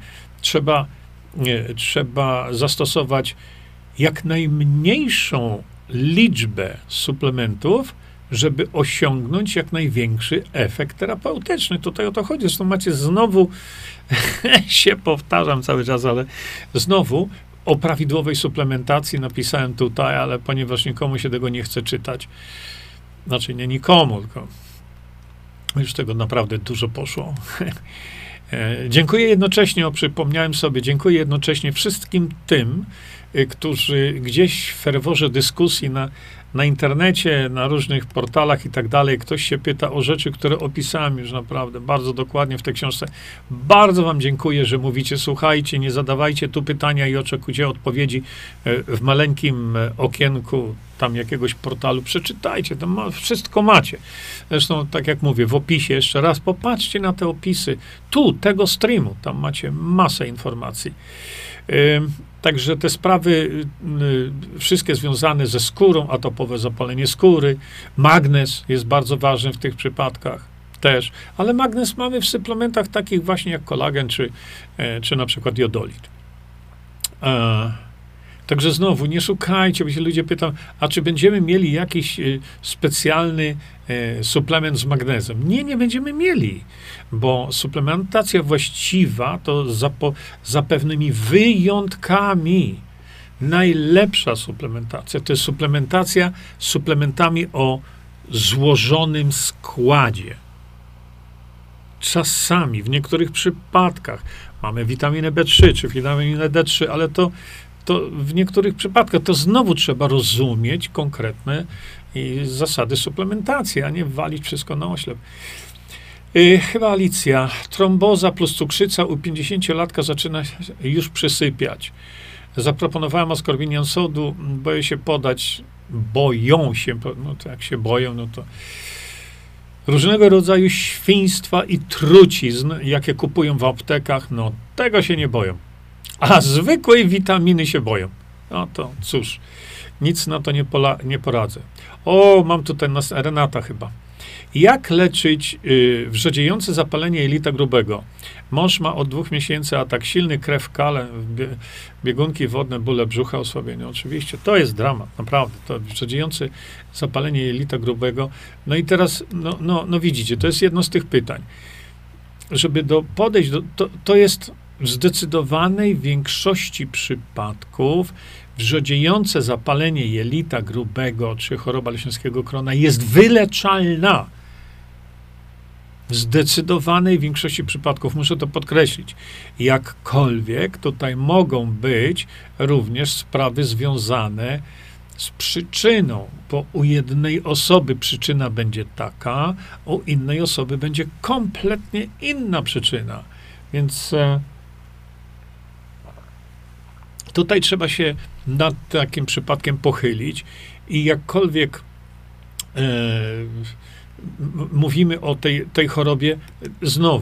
Trzeba zastosować jak najmniejszą liczbę suplementów, żeby osiągnąć jak największy efekt terapeutyczny. Tutaj o to chodzi. Zresztą macie znowu, się powtarzam cały czas, ale znowu o prawidłowej suplementacji napisałem tutaj, ale ponieważ nikomu się tego nie chce czytać, znaczy nie nikomu, tylko już tego naprawdę dużo poszło. Dziękuję jednocześnie, przypomniałem sobie, dziękuję jednocześnie wszystkim tym, którzy gdzieś w ferworze dyskusji na internecie, na różnych portalach i tak dalej, ktoś się pyta o rzeczy, które opisałem już naprawdę bardzo dokładnie w tej książce. Bardzo wam dziękuję, że mówicie, słuchajcie, nie zadawajcie tu pytania i oczekujcie odpowiedzi w maleńkim okienku tam jakiegoś portalu. Przeczytajcie, tam wszystko macie. Zresztą, tak jak mówię, w opisie jeszcze raz popatrzcie na te opisy. Tego streamu, tam macie masę informacji. Także te sprawy wszystkie związane ze skórą, atopowe zapalenie skóry, magnez jest bardzo ważny w tych przypadkach też, ale magnez mamy w suplementach takich właśnie jak kolagen, czy na przykład jodolit. Także znowu, nie szukajcie, bo się ludzie pytają, a czy będziemy mieli jakiś specjalny suplement z magnezem? Nie będziemy mieli, bo suplementacja właściwa to za pewnymi wyjątkami najlepsza suplementacja. To jest suplementacja suplementami o złożonym składzie. Czasami, w niektórych przypadkach mamy witaminę B3 czy witaminę D3, ale to w niektórych przypadkach to znowu trzeba rozumieć konkretne zasady suplementacji, a nie walić wszystko na oślep. Chyba Alicja. Tromboza plus cukrzyca u 50-latka zaczyna już przysypiać. Zaproponowałem askorbinian sodu, boję się podać, boją się, no to jak się boją, no to różnego rodzaju świństwa i trucizn, jakie kupują w aptekach, no tego się nie boją. A zwykłej witaminy się boją. No to cóż, nic na to nie poradzę. O, mam tutaj Renata chyba. Jak leczyć wrzedziejące zapalenie jelita grubego? Mąż ma od 2 miesięcy atak silny, krew, kale, biegunki wodne, bóle brzucha, osłabienie. Oczywiście, to jest dramat, naprawdę. To wrzedziejące zapalenie jelita grubego. No i teraz, no widzicie, to jest jedno z tych pytań. Żeby podejść do... To jest w zdecydowanej większości przypadków wrzedziejące zapalenie jelita grubego czy choroba leśniowskiego krona jest wyleczalna. W zdecydowanej większości przypadków, muszę to podkreślić. Jakkolwiek tutaj mogą być również sprawy związane z przyczyną, bo u jednej osoby przyczyna będzie taka, u innej osoby będzie kompletnie inna przyczyna. Więc tutaj trzeba się nad takim przypadkiem pochylić i jakkolwiek mówimy o tej chorobie, znowu,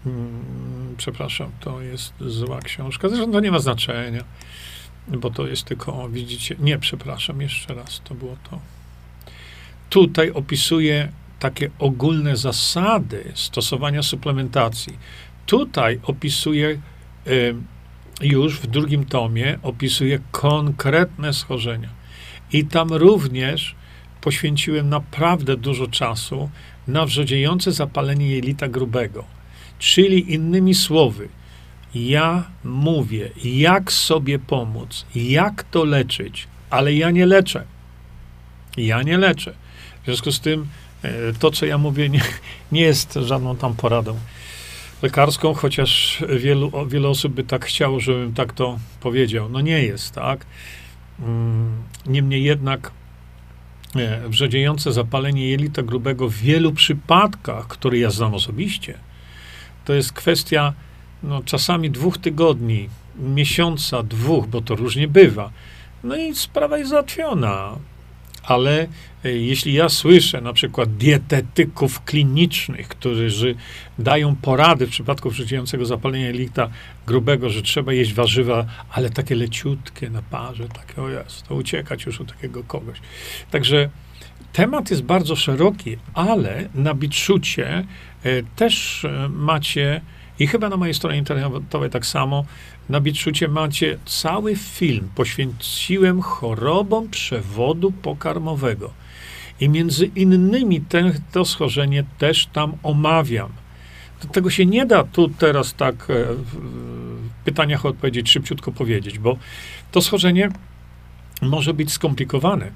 Przepraszam, to jest zła książka. Zresztą to nie ma znaczenia, bo to jest tylko, widzicie, nie, przepraszam, jeszcze raz, to było to. Tutaj opisuje takie ogólne zasady stosowania suplementacji. Tutaj opisuje, już w drugim tomie, opisuje konkretne schorzenia. I tam również poświęciłem naprawdę dużo czasu na wrzodziejące zapalenie jelita grubego. Czyli innymi słowy, ja mówię, jak sobie pomóc, jak to leczyć, ale ja nie leczę. Ja nie leczę. W związku z tym to, co ja mówię, nie jest żadną tam poradą lekarską, chociaż wiele osób by tak chciało, żebym tak to powiedział. No nie jest, tak? Niemniej jednak wrzodziejące zapalenie jelita grubego w wielu przypadkach, które ja znam osobiście, to jest kwestia czasami 2 tygodni, miesiąca, 2, bo to różnie bywa. No i sprawa jest załatwiona. Ale jeśli ja słyszę na przykład dietetyków klinicznych, którzy dają porady w przypadku wrzodziejącego zapalenia jelita grubego, że trzeba jeść warzywa, ale takie leciutkie na parze, takie o jest, to uciekać już u takiego kogoś. Także temat jest bardzo szeroki, ale na BitChucie też macie, i chyba na mojej stronie internetowej tak samo, na BitChucie macie cały film, poświęciłem chorobom przewodu pokarmowego. I między innymi to schorzenie też tam omawiam. Tego się nie da tu teraz tak w pytaniach odpowiedzieć, szybciutko powiedzieć, bo to schorzenie może być skomplikowane.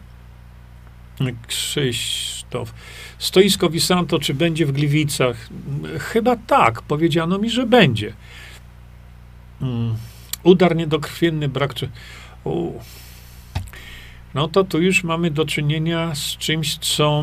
Krzysztof. Stoisko Visanto, czy będzie w Gliwicach? Chyba tak. Powiedziano mi, że będzie. Udar niedokrwienny, brak... No to tu już mamy do czynienia z czymś, co...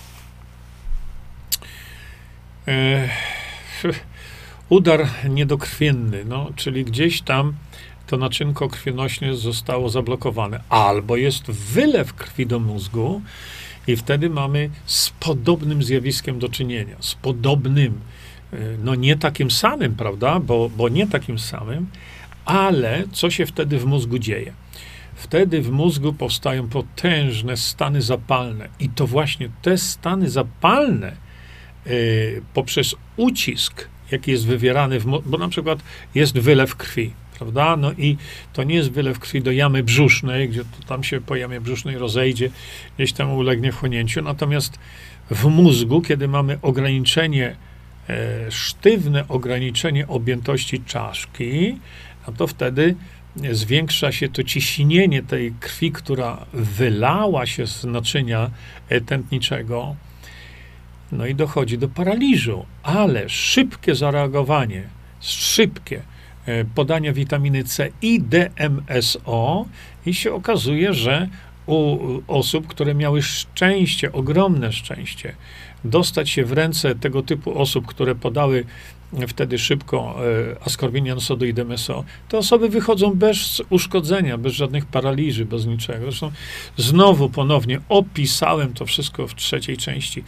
udar niedokrwienny, czyli gdzieś tam to naczynko krwionośne zostało zablokowane. Albo jest wylew krwi do mózgu i wtedy mamy z podobnym zjawiskiem do czynienia. Z podobnym, nie takim samym, prawda, bo nie takim samym, ale co się wtedy w mózgu dzieje? Wtedy w mózgu powstają potężne stany zapalne i to właśnie te stany zapalne poprzez ucisk, jaki jest wywierany bo na przykład jest wylew krwi, prawda? No i to nie jest wylew krwi do jamy brzusznej, gdzie to tam się po jamie brzusznej rozejdzie, gdzieś tam ulegnie wchłonięciu, natomiast w mózgu, kiedy mamy ograniczenie, sztywne ograniczenie objętości czaszki, no to wtedy zwiększa się to ciśnienie tej krwi, która wylała się z naczynia tętniczego, no i dochodzi do paraliżu, ale szybkie zareagowanie, szybkie podania witaminy C i DMSO i się okazuje, że u osób, które miały szczęście, ogromne szczęście, dostać się w ręce tego typu osób, które podały wtedy szybko askorbinian sodu i DMSO, te osoby wychodzą bez uszkodzenia, bez żadnych paraliży, bez niczego. Zresztą znowu ponownie opisałem to wszystko w 3. części.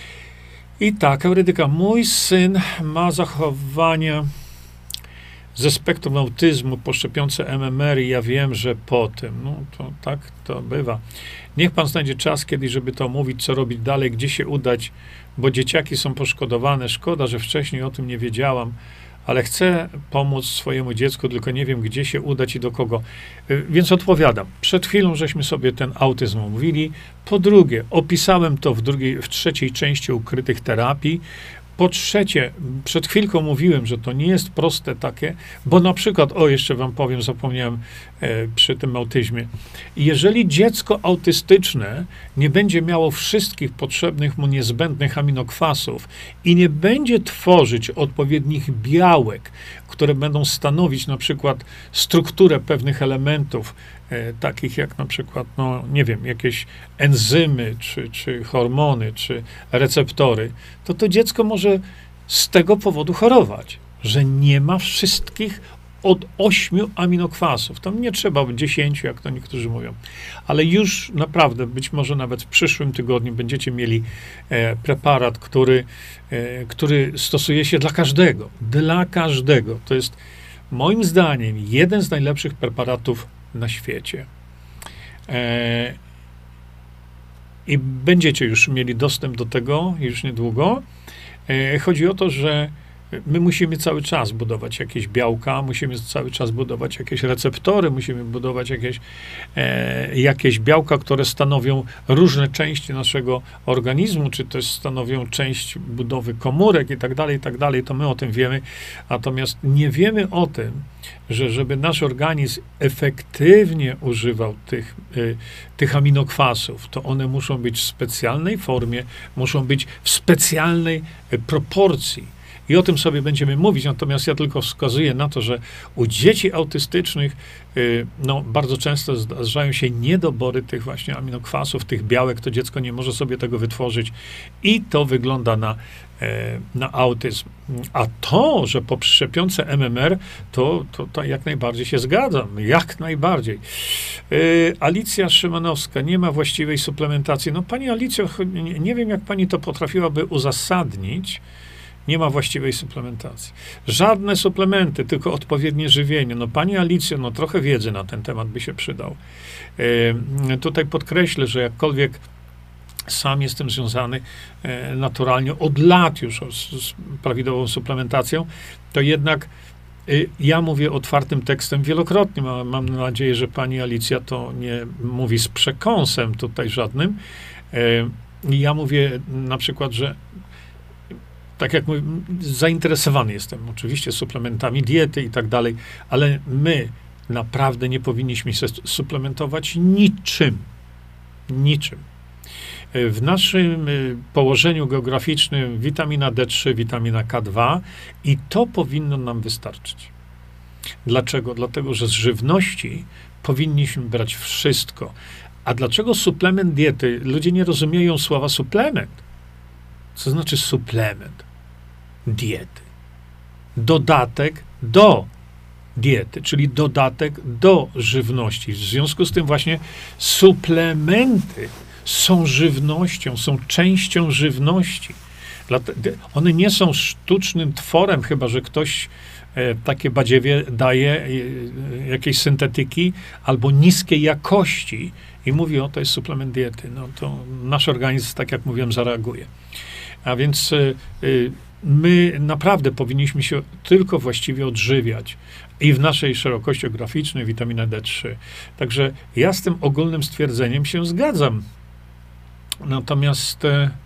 I tak, Eurydyka, mój syn ma zachowania ze spektrum autyzmu po szczepionce MMR i ja wiem, że po tym. No to tak to bywa. Niech pan znajdzie czas kiedyś, żeby to omówić, co robić dalej, gdzie się udać, bo dzieciaki są poszkodowane. Szkoda, że wcześniej o tym nie wiedziałam, ale chcę pomóc swojemu dziecku, tylko nie wiem, gdzie się udać i do kogo. Więc odpowiadam. Przed chwilą żeśmy sobie ten autyzm omówili. Po drugie, opisałem to w 3. części ukrytych terapii. Po trzecie, przed chwilką mówiłem, że to nie jest proste takie, bo na przykład, jeszcze wam powiem, zapomniałem przy tym autyzmie. Jeżeli dziecko autystyczne nie będzie miało wszystkich potrzebnych mu niezbędnych aminokwasów i nie będzie tworzyć odpowiednich białek, które będą stanowić na przykład strukturę pewnych elementów, takich jak na przykład, nie wiem, jakieś enzymy, czy hormony, czy receptory, to dziecko może z tego powodu chorować, że nie ma wszystkich od 8 aminokwasów. Tam nie trzeba 10, jak to niektórzy mówią. Ale już naprawdę, być może nawet w przyszłym tygodniu będziecie mieli preparat, który stosuje się dla każdego. Dla każdego. To jest moim zdaniem jeden z najlepszych preparatów na świecie. I będziecie już mieli dostęp do tego już niedługo. Chodzi o to, że my musimy cały czas budować jakieś białka, musimy cały czas budować jakieś receptory, musimy budować jakieś białka, które stanowią różne części naszego organizmu, czy też stanowią część budowy komórek i tak dalej, to my o tym wiemy. Natomiast nie wiemy o tym, że żeby nasz organizm efektywnie używał tych aminokwasów, to one muszą być w specjalnej formie, muszą być w specjalnej proporcji. I o tym sobie będziemy mówić, natomiast ja tylko wskazuję na to, że u dzieci autystycznych bardzo często zdarzają się niedobory tych właśnie aminokwasów, tych białek, to dziecko nie może sobie tego wytworzyć i to wygląda na autyzm. A to, że po szczepionce MMR, to jak najbardziej się zgadzam, jak najbardziej. Alicja Szymanowska, nie ma właściwej suplementacji. No pani Alicjo, nie wiem, jak pani to potrafiłaby uzasadnić. Nie ma właściwej suplementacji. Żadne suplementy, tylko odpowiednie żywienie. No pani Alicjo, no trochę wiedzy na ten temat by się przydał. Tutaj podkreślę, że jakkolwiek sam jestem związany naturalnie od lat już z prawidłową suplementacją, to jednak ja mówię otwartym tekstem wielokrotnie. Mam nadzieję, że pani Alicja to nie mówi z przekąsem tutaj żadnym. Ja mówię na przykład, że tak jak mówię, zainteresowany jestem oczywiście suplementami diety i tak dalej, ale my naprawdę nie powinniśmy się suplementować niczym. Niczym. W naszym położeniu geograficznym witamina D3, witamina K2 i to powinno nam wystarczyć. Dlaczego? Dlatego, że z żywności powinniśmy brać wszystko. A dlaczego suplement diety? Ludzie nie rozumieją słowa suplement. Co znaczy suplement diety? Dodatek do diety, czyli dodatek do żywności. W związku z tym właśnie suplementy są żywnością, są częścią żywności. One nie są sztucznym tworem, chyba że ktoś takie badziewie daje jakiejś syntetyki albo niskiej jakości i mówi, o, to jest suplement diety. No to nasz organizm, tak jak mówiłem, zareaguje. A więc my naprawdę powinniśmy się tylko właściwie odżywiać i w naszej szerokości geograficznej witamina D3. Także ja z tym ogólnym stwierdzeniem się zgadzam. Natomiast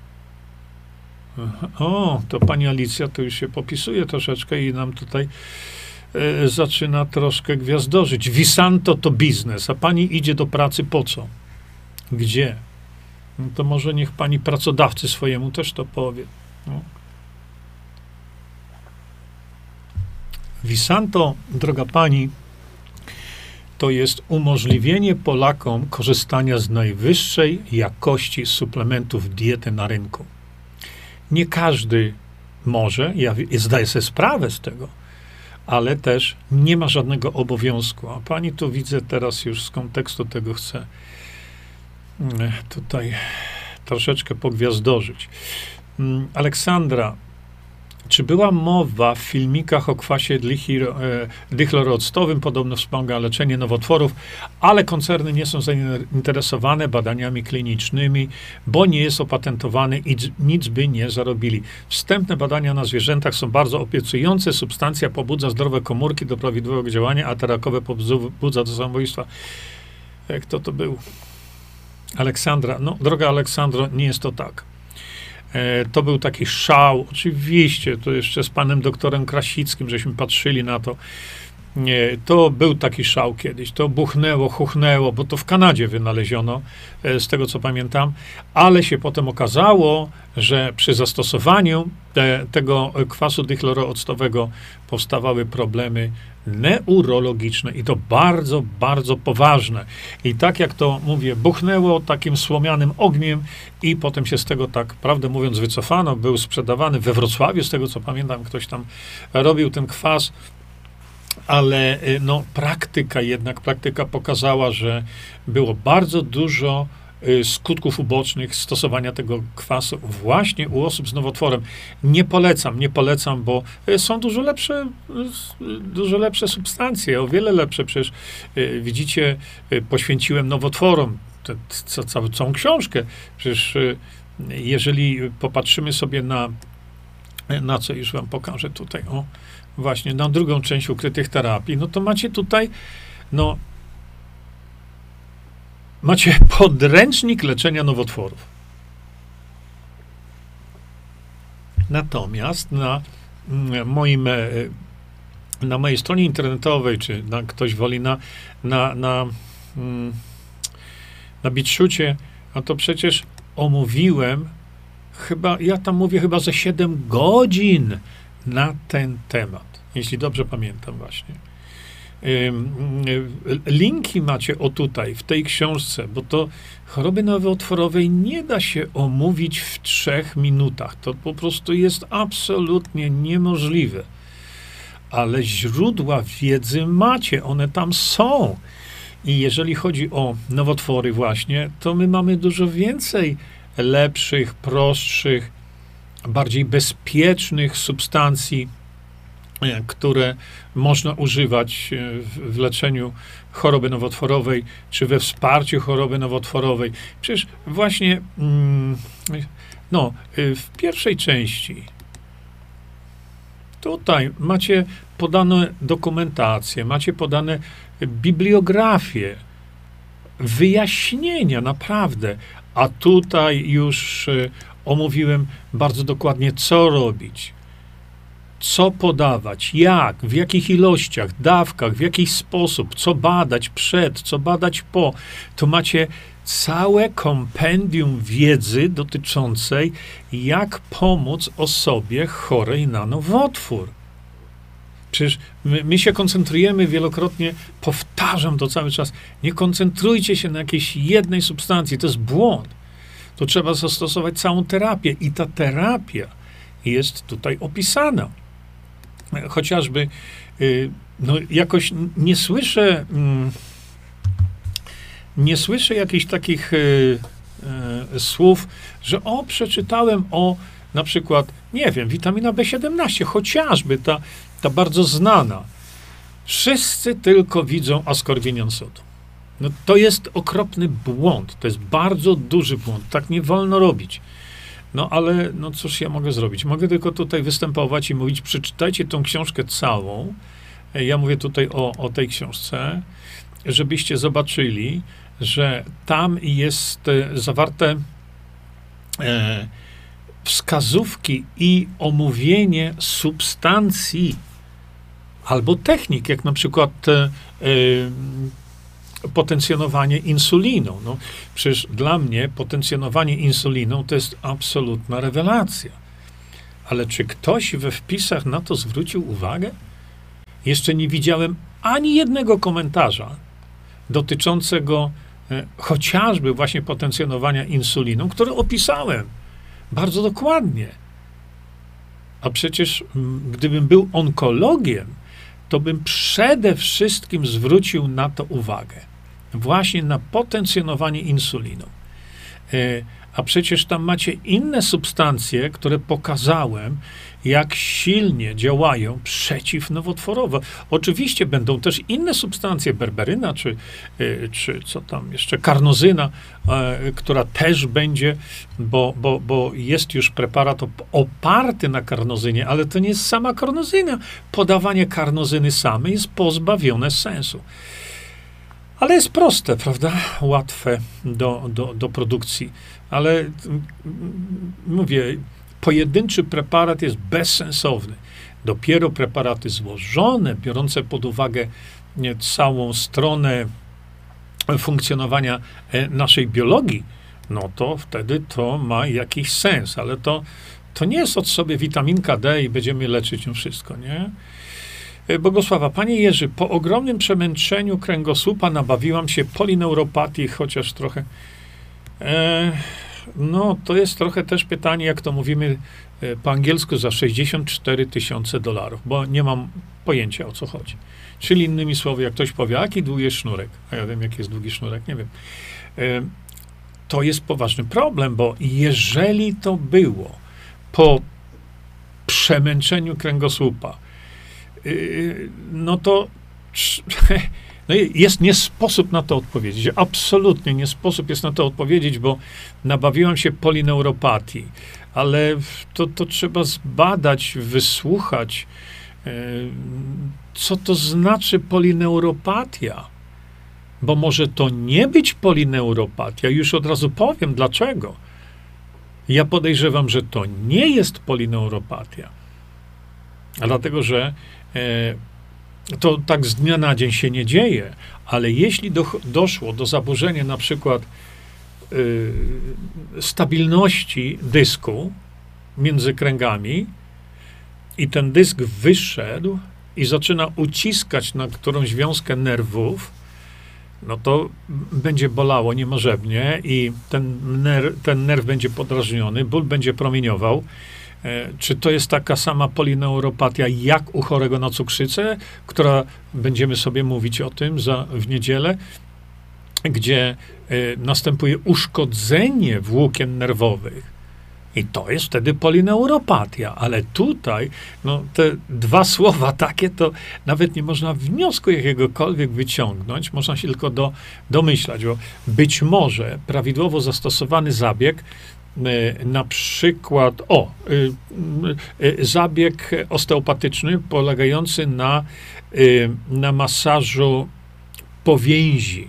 to pani Alicja to już się popisuje troszeczkę i nam tutaj zaczyna troszkę gwiazdorzyć. Visanto to biznes, a pani idzie do pracy po co? Gdzie? No to może niech pani pracodawcy swojemu też to powie. No. Visanto, droga pani, to jest umożliwienie Polakom korzystania z najwyższej jakości suplementów diety na rynku. Nie każdy może, ja zdaję sobie sprawę z tego, ale też nie ma żadnego obowiązku. A pani tu widzę teraz już z kontekstu tego chcę tutaj troszeczkę pogwiazdorzyć. Aleksandra, czy była mowa w filmikach o kwasie dichlorooctowym, podobno wspomaga leczenie nowotworów, ale koncerny nie są zainteresowane badaniami klinicznymi, bo nie jest opatentowany i nic by nie zarobili. Wstępne badania na zwierzętach są bardzo obiecujące. Substancja pobudza zdrowe komórki do prawidłowego działania, a te rakowe pobudza do samobójstwa. Kto to był? Aleksandra. No, droga Aleksandro, nie jest to tak. To był taki szał, oczywiście, to jeszcze z panem doktorem Krasickim, żeśmy patrzyli na to. Nie, to był taki szał kiedyś, to buchnęło, chuchnęło, bo to w Kanadzie wynaleziono, z tego co pamiętam, ale się potem okazało, że przy zastosowaniu tego kwasu dichlorooctowego powstawały problemy neurologiczne i to bardzo, bardzo poważne. I tak jak to mówię, buchnęło takim słomianym ogniem i potem się z tego tak, prawdę mówiąc, wycofano, był sprzedawany we Wrocławiu, z tego co pamiętam, ktoś tam robił ten kwas. ale no, praktyka pokazała, że było bardzo dużo skutków ubocznych stosowania tego kwasu właśnie u osób z nowotworem. Nie polecam, bo są dużo lepsze substancje, o wiele lepsze. Przecież widzicie, poświęciłem nowotworom całą książkę. Przecież jeżeli popatrzymy sobie na co już wam pokażę tutaj, o właśnie, na drugą część ukrytych terapii, no to macie tutaj, no, macie podręcznik leczenia nowotworów. Natomiast na mojej stronie internetowej, czy ktoś woli na BitChucie, no to przecież omówiłem ja tam mówię chyba ze 7 godzin na ten temat, jeśli dobrze pamiętam właśnie. Linki macie o tutaj, w tej książce, bo to choroby nowotworowej nie da się omówić w 3 minutach. To po prostu jest absolutnie niemożliwe. Ale źródła wiedzy macie, one tam są. I jeżeli chodzi o nowotwory właśnie, to my mamy dużo więcej lepszych, prostszych, bardziej bezpiecznych substancji, które można używać w leczeniu choroby nowotworowej, czy we wsparciu choroby nowotworowej. Przecież właśnie w pierwszej części tutaj macie podane dokumentacje, macie podane bibliografie, wyjaśnienia, naprawdę. A tutaj już omówiłem bardzo dokładnie, co robić, co podawać, jak, w jakich ilościach, dawkach, w jaki sposób, co badać przed, co badać po. Tu macie całe kompendium wiedzy dotyczącej, jak pomóc osobie chorej na nowotwór. Przecież my się koncentrujemy wielokrotnie, powtarzam to cały czas, nie koncentrujcie się na jakiejś jednej substancji, to jest błąd. To trzeba zastosować całą terapię i ta terapia jest tutaj opisana. Chociażby, jakoś nie słyszę jakichś takich słów, że przeczytałem o na przykład, nie wiem, witamina B17, chociażby ta bardzo znana. Wszyscy tylko widzą askorbinian sodu. No to jest okropny błąd, to jest bardzo duży błąd, tak nie wolno robić. No ale, no cóż ja mogę zrobić? Mogę tylko tutaj występować i mówić, przeczytajcie tą książkę całą. Ja mówię tutaj o tej książce, żebyście zobaczyli, że tam jest zawarte wskazówki i omówienie substancji albo technik, jak na przykład potencjonowanie insuliną. No, przecież dla mnie potencjonowanie insuliną to jest absolutna rewelacja. Ale czy ktoś we wpisach na to zwrócił uwagę? Jeszcze nie widziałem ani jednego komentarza dotyczącego chociażby właśnie potencjonowania insuliną, który opisałem bardzo dokładnie. A przecież gdybym był onkologiem, to bym przede wszystkim zwrócił na to uwagę. Właśnie na potencjonowanie insuliną. A przecież tam macie inne substancje, które pokazałem, jak silnie działają przeciwnowotworowo. Oczywiście będą też inne substancje, berberyna, czy co tam jeszcze, karnozyna, która też będzie, bo jest już preparat oparty na karnozynie, ale to nie jest sama karnozyna. Podawanie karnozyny samej jest pozbawione sensu. Ale jest proste, prawda? Łatwe do produkcji. Ale mówię, pojedynczy preparat jest bezsensowny. Dopiero preparaty złożone, biorące pod uwagę całą stronę funkcjonowania naszej biologii, no to wtedy to ma jakiś sens. Ale to nie jest od sobie witaminka D i będziemy leczyć ją wszystko, nie? Bogosława, panie Jerzy, po ogromnym przemęczeniu kręgosłupa nabawiłam się polineuropatii, chociaż trochę No, to jest trochę też pytanie, jak to mówimy po angielsku, za $64,000, bo nie mam pojęcia, o co chodzi. Czyli innymi słowy, jak ktoś powie, jaki długi jest sznurek, a ja wiem, jaki jest długi sznurek, nie wiem. To jest poważny problem, bo jeżeli to było po przemęczeniu kręgosłupa, no to no jest nie sposób na to odpowiedzieć. Absolutnie nie sposób jest na to odpowiedzieć, bo nabawiłam się polineuropatii, ale to trzeba zbadać, wysłuchać, co to znaczy polineuropatia. Bo może to nie być polineuropatia. Już od razu powiem, dlaczego. Ja podejrzewam, że to nie jest polineuropatia. A dlatego, że to tak z dnia na dzień się nie dzieje, ale jeśli doszło do zaburzenia na przykład stabilności dysku między kręgami i ten dysk wyszedł i zaczyna uciskać na którąś wiązkę nerwów, no to będzie bolało niemożebnie i ten nerw będzie podrażniony, ból będzie promieniował. Czy to jest taka sama polineuropatia jak u chorego na cukrzycę, która będziemy sobie mówić o tym w niedzielę, gdzie następuje uszkodzenie włókien nerwowych. I to jest wtedy polineuropatia. Ale tutaj, no, te dwa słowa takie, to nawet nie można wniosku jakiegokolwiek wyciągnąć, można się tylko domyślać, bo być może prawidłowo zastosowany zabieg, na przykład, zabieg osteopatyczny polegający na masażu powięzi.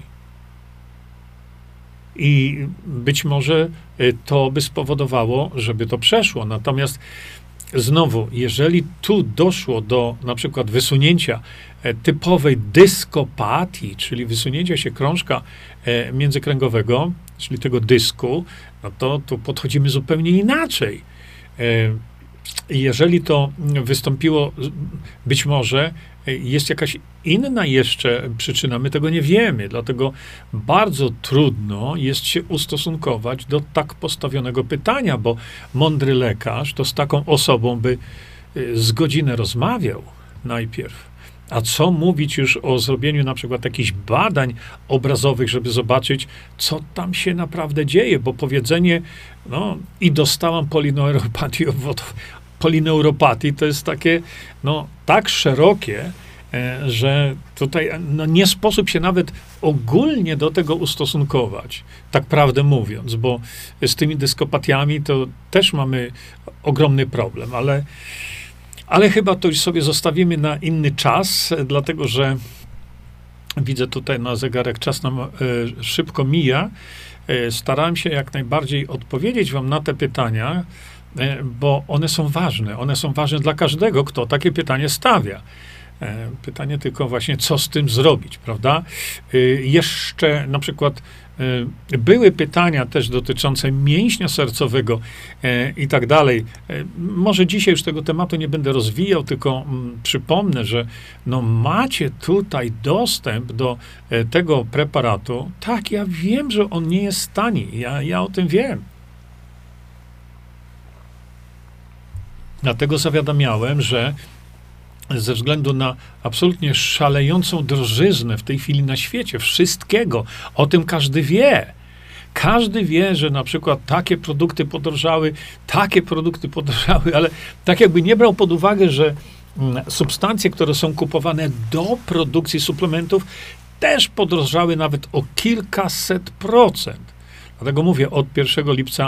I być może to by spowodowało, żeby to przeszło. Natomiast znowu, jeżeli tu doszło do na przykład wysunięcia typowej dyskopatii, czyli wysunięcia się krążka międzykręgowego, czyli tego dysku, no to tu podchodzimy zupełnie inaczej. Jeżeli to wystąpiło, być może jest jakaś inna jeszcze przyczyna, my tego nie wiemy, dlatego bardzo trudno jest się ustosunkować do tak postawionego pytania, bo mądry lekarz to z taką osobą by z godzinę rozmawiał najpierw. A co mówić już o zrobieniu na przykład jakichś badań obrazowych, żeby zobaczyć, co tam się naprawdę dzieje, bo powiedzenie, no i dostałam polineuropatii, to jest takie, no tak szerokie, że tutaj no, nie sposób się nawet ogólnie do tego ustosunkować, tak prawdę mówiąc, bo z tymi dyskopatiami to też mamy ogromny problem, ale chyba to już sobie zostawimy na inny czas, dlatego że widzę tutaj na zegarek, czas nam szybko mija. Starałem się jak najbardziej odpowiedzieć wam na te pytania, bo one są ważne. One są ważne dla każdego, kto takie pytanie stawia. Pytanie tylko właśnie, co z tym zrobić, prawda? Jeszcze na przykład były pytania też dotyczące mięśnia sercowego i tak dalej. Może dzisiaj już tego tematu nie będę rozwijał, tylko przypomnę, że no macie tutaj dostęp do tego preparatu. Tak, ja wiem, że on nie jest tani. Ja o tym wiem. Dlatego zawiadamiałem, że ze względu na absolutnie szalejącą drożyznę w tej chwili na świecie, wszystkiego, o tym każdy wie. Każdy wie, że na przykład takie produkty podrożały, ale tak jakby nie brał pod uwagę, że substancje, które są kupowane do produkcji suplementów, też podrożały nawet o kilkaset procent. Dlatego mówię, od 1 lipca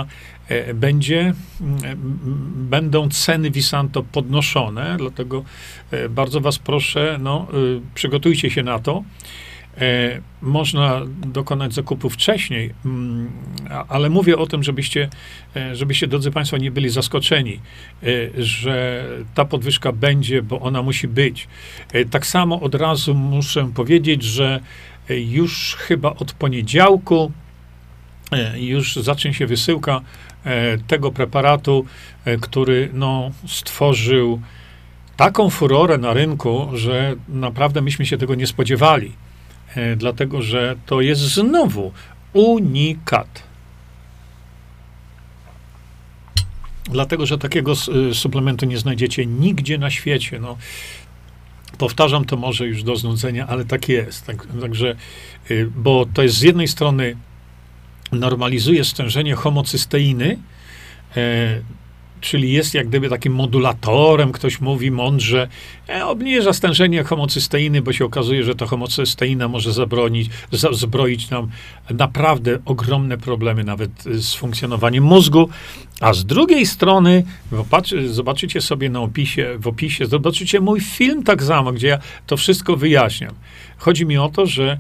będą ceny Visanto podnoszone, dlatego bardzo was proszę, no, przygotujcie się na to. Można dokonać zakupu wcześniej, ale mówię o tym, żebyście, drodzy państwo, nie byli zaskoczeni, że ta podwyżka będzie, bo ona musi być. Tak samo od razu muszę powiedzieć, że już chyba od poniedziałku już zacznie się wysyłka tego preparatu, który no, stworzył taką furorę na rynku, że naprawdę myśmy się tego nie spodziewali. Dlatego, że to jest znowu unikat. Dlatego, że takiego suplementu nie znajdziecie nigdzie na świecie. No, powtarzam to może już do znudzenia, ale tak jest. Także, bo to jest z jednej strony normalizuje stężenie homocysteiny, czyli jest jak gdyby takim modulatorem, ktoś mówi mądrze, obniża stężenie homocysteiny, bo się okazuje, że ta homocysteina może zbroić nam naprawdę ogromne problemy nawet z funkcjonowaniem mózgu, a z drugiej strony, zobaczycie sobie w opisie, zobaczycie mój film tak samo, gdzie ja to wszystko wyjaśniam. Chodzi mi o to, że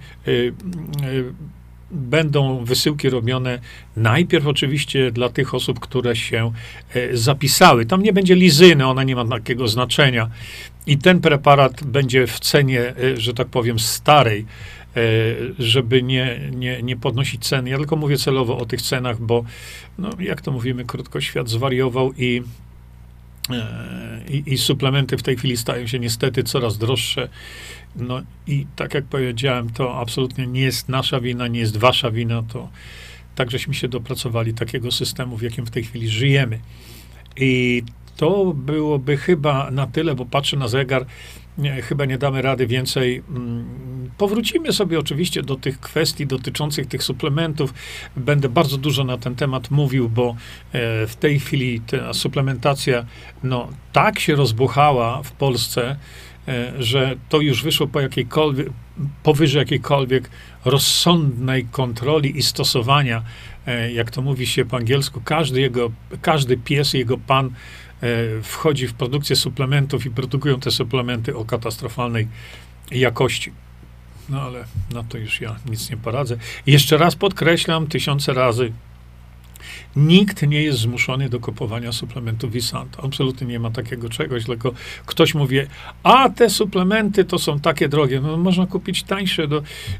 będą wysyłki robione najpierw oczywiście dla tych osób, które się zapisały. Tam nie będzie lizyny, ona nie ma takiego znaczenia. I ten preparat będzie w cenie, że tak powiem, starej, żeby nie podnosić ceny. Ja tylko mówię celowo o tych cenach, bo no, jak to mówimy krótko, świat zwariował i suplementy w tej chwili stają się niestety coraz droższe. No i tak jak powiedziałem, to absolutnie nie jest nasza wina, nie jest wasza wina, to tak żeśmy się dopracowali takiego systemu, w jakim w tej chwili żyjemy. I to byłoby chyba na tyle, bo patrzę na zegar, chyba nie damy rady więcej. Powrócimy sobie oczywiście do tych kwestii dotyczących tych suplementów. Będę bardzo dużo na ten temat mówił, bo w tej chwili ta suplementacja no, tak się rozbuchała w Polsce, że to już wyszło powyżej jakiejkolwiek rozsądnej kontroli i stosowania. Jak to mówi się po angielsku, każdy pies, jego pan wchodzi w produkcję suplementów i produkują te suplementy o katastrofalnej jakości. No ale na to już ja nic nie poradzę. I jeszcze raz podkreślam 1000 razy, nikt nie jest zmuszony do kupowania suplementów Visanta. Absolutnie nie ma takiego czegoś, tylko ktoś mówi, a te suplementy to są takie drogie. No, można kupić tańsze.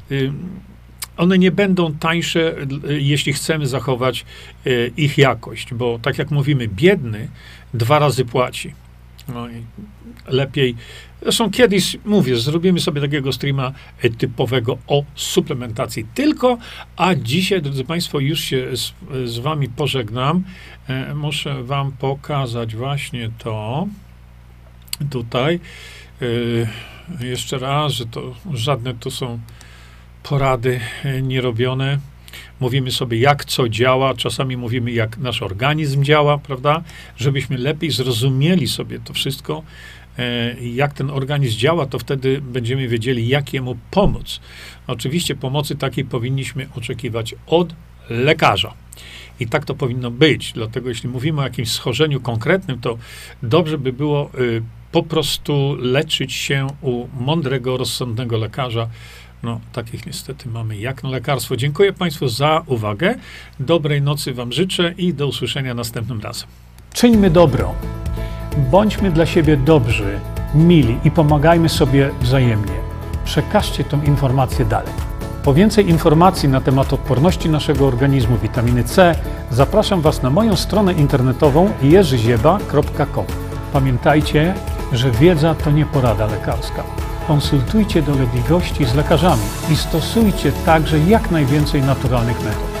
One nie będą tańsze, jeśli chcemy zachować ich jakość, bo tak jak mówimy, biedny 2 razy płaci. No i lepiej. Zresztą kiedyś, mówię, zrobimy sobie takiego streama typowego o suplementacji tylko, a dzisiaj, drodzy Państwo, już się z wami pożegnam. Muszę wam pokazać właśnie to tutaj. Jeszcze raz, że to żadne tu są porady nierobione. Mówimy sobie, jak co działa, czasami mówimy, jak nasz organizm działa, prawda? Żebyśmy lepiej zrozumieli sobie to wszystko, jak ten organizm działa, to wtedy będziemy wiedzieli, jak jemu pomóc. Oczywiście pomocy takiej powinniśmy oczekiwać od lekarza. I tak to powinno być. Dlatego jeśli mówimy o jakimś schorzeniu konkretnym, to dobrze by było po prostu leczyć się u mądrego, rozsądnego lekarza. No, takich niestety mamy jak na lekarstwo. Dziękuję Państwu za uwagę. Dobrej nocy Wam życzę i do usłyszenia następnym razem. Czyńmy dobro. Bądźmy dla siebie dobrzy, mili i pomagajmy sobie wzajemnie. Przekażcie tę informację dalej. Po więcej informacji na temat odporności naszego organizmu witaminy C zapraszam Was na moją stronę internetową jerzyzieba.com. Pamiętajcie, że wiedza to nie porada lekarska. Konsultujcie dolegliwości z lekarzami i stosujcie także jak najwięcej naturalnych metod.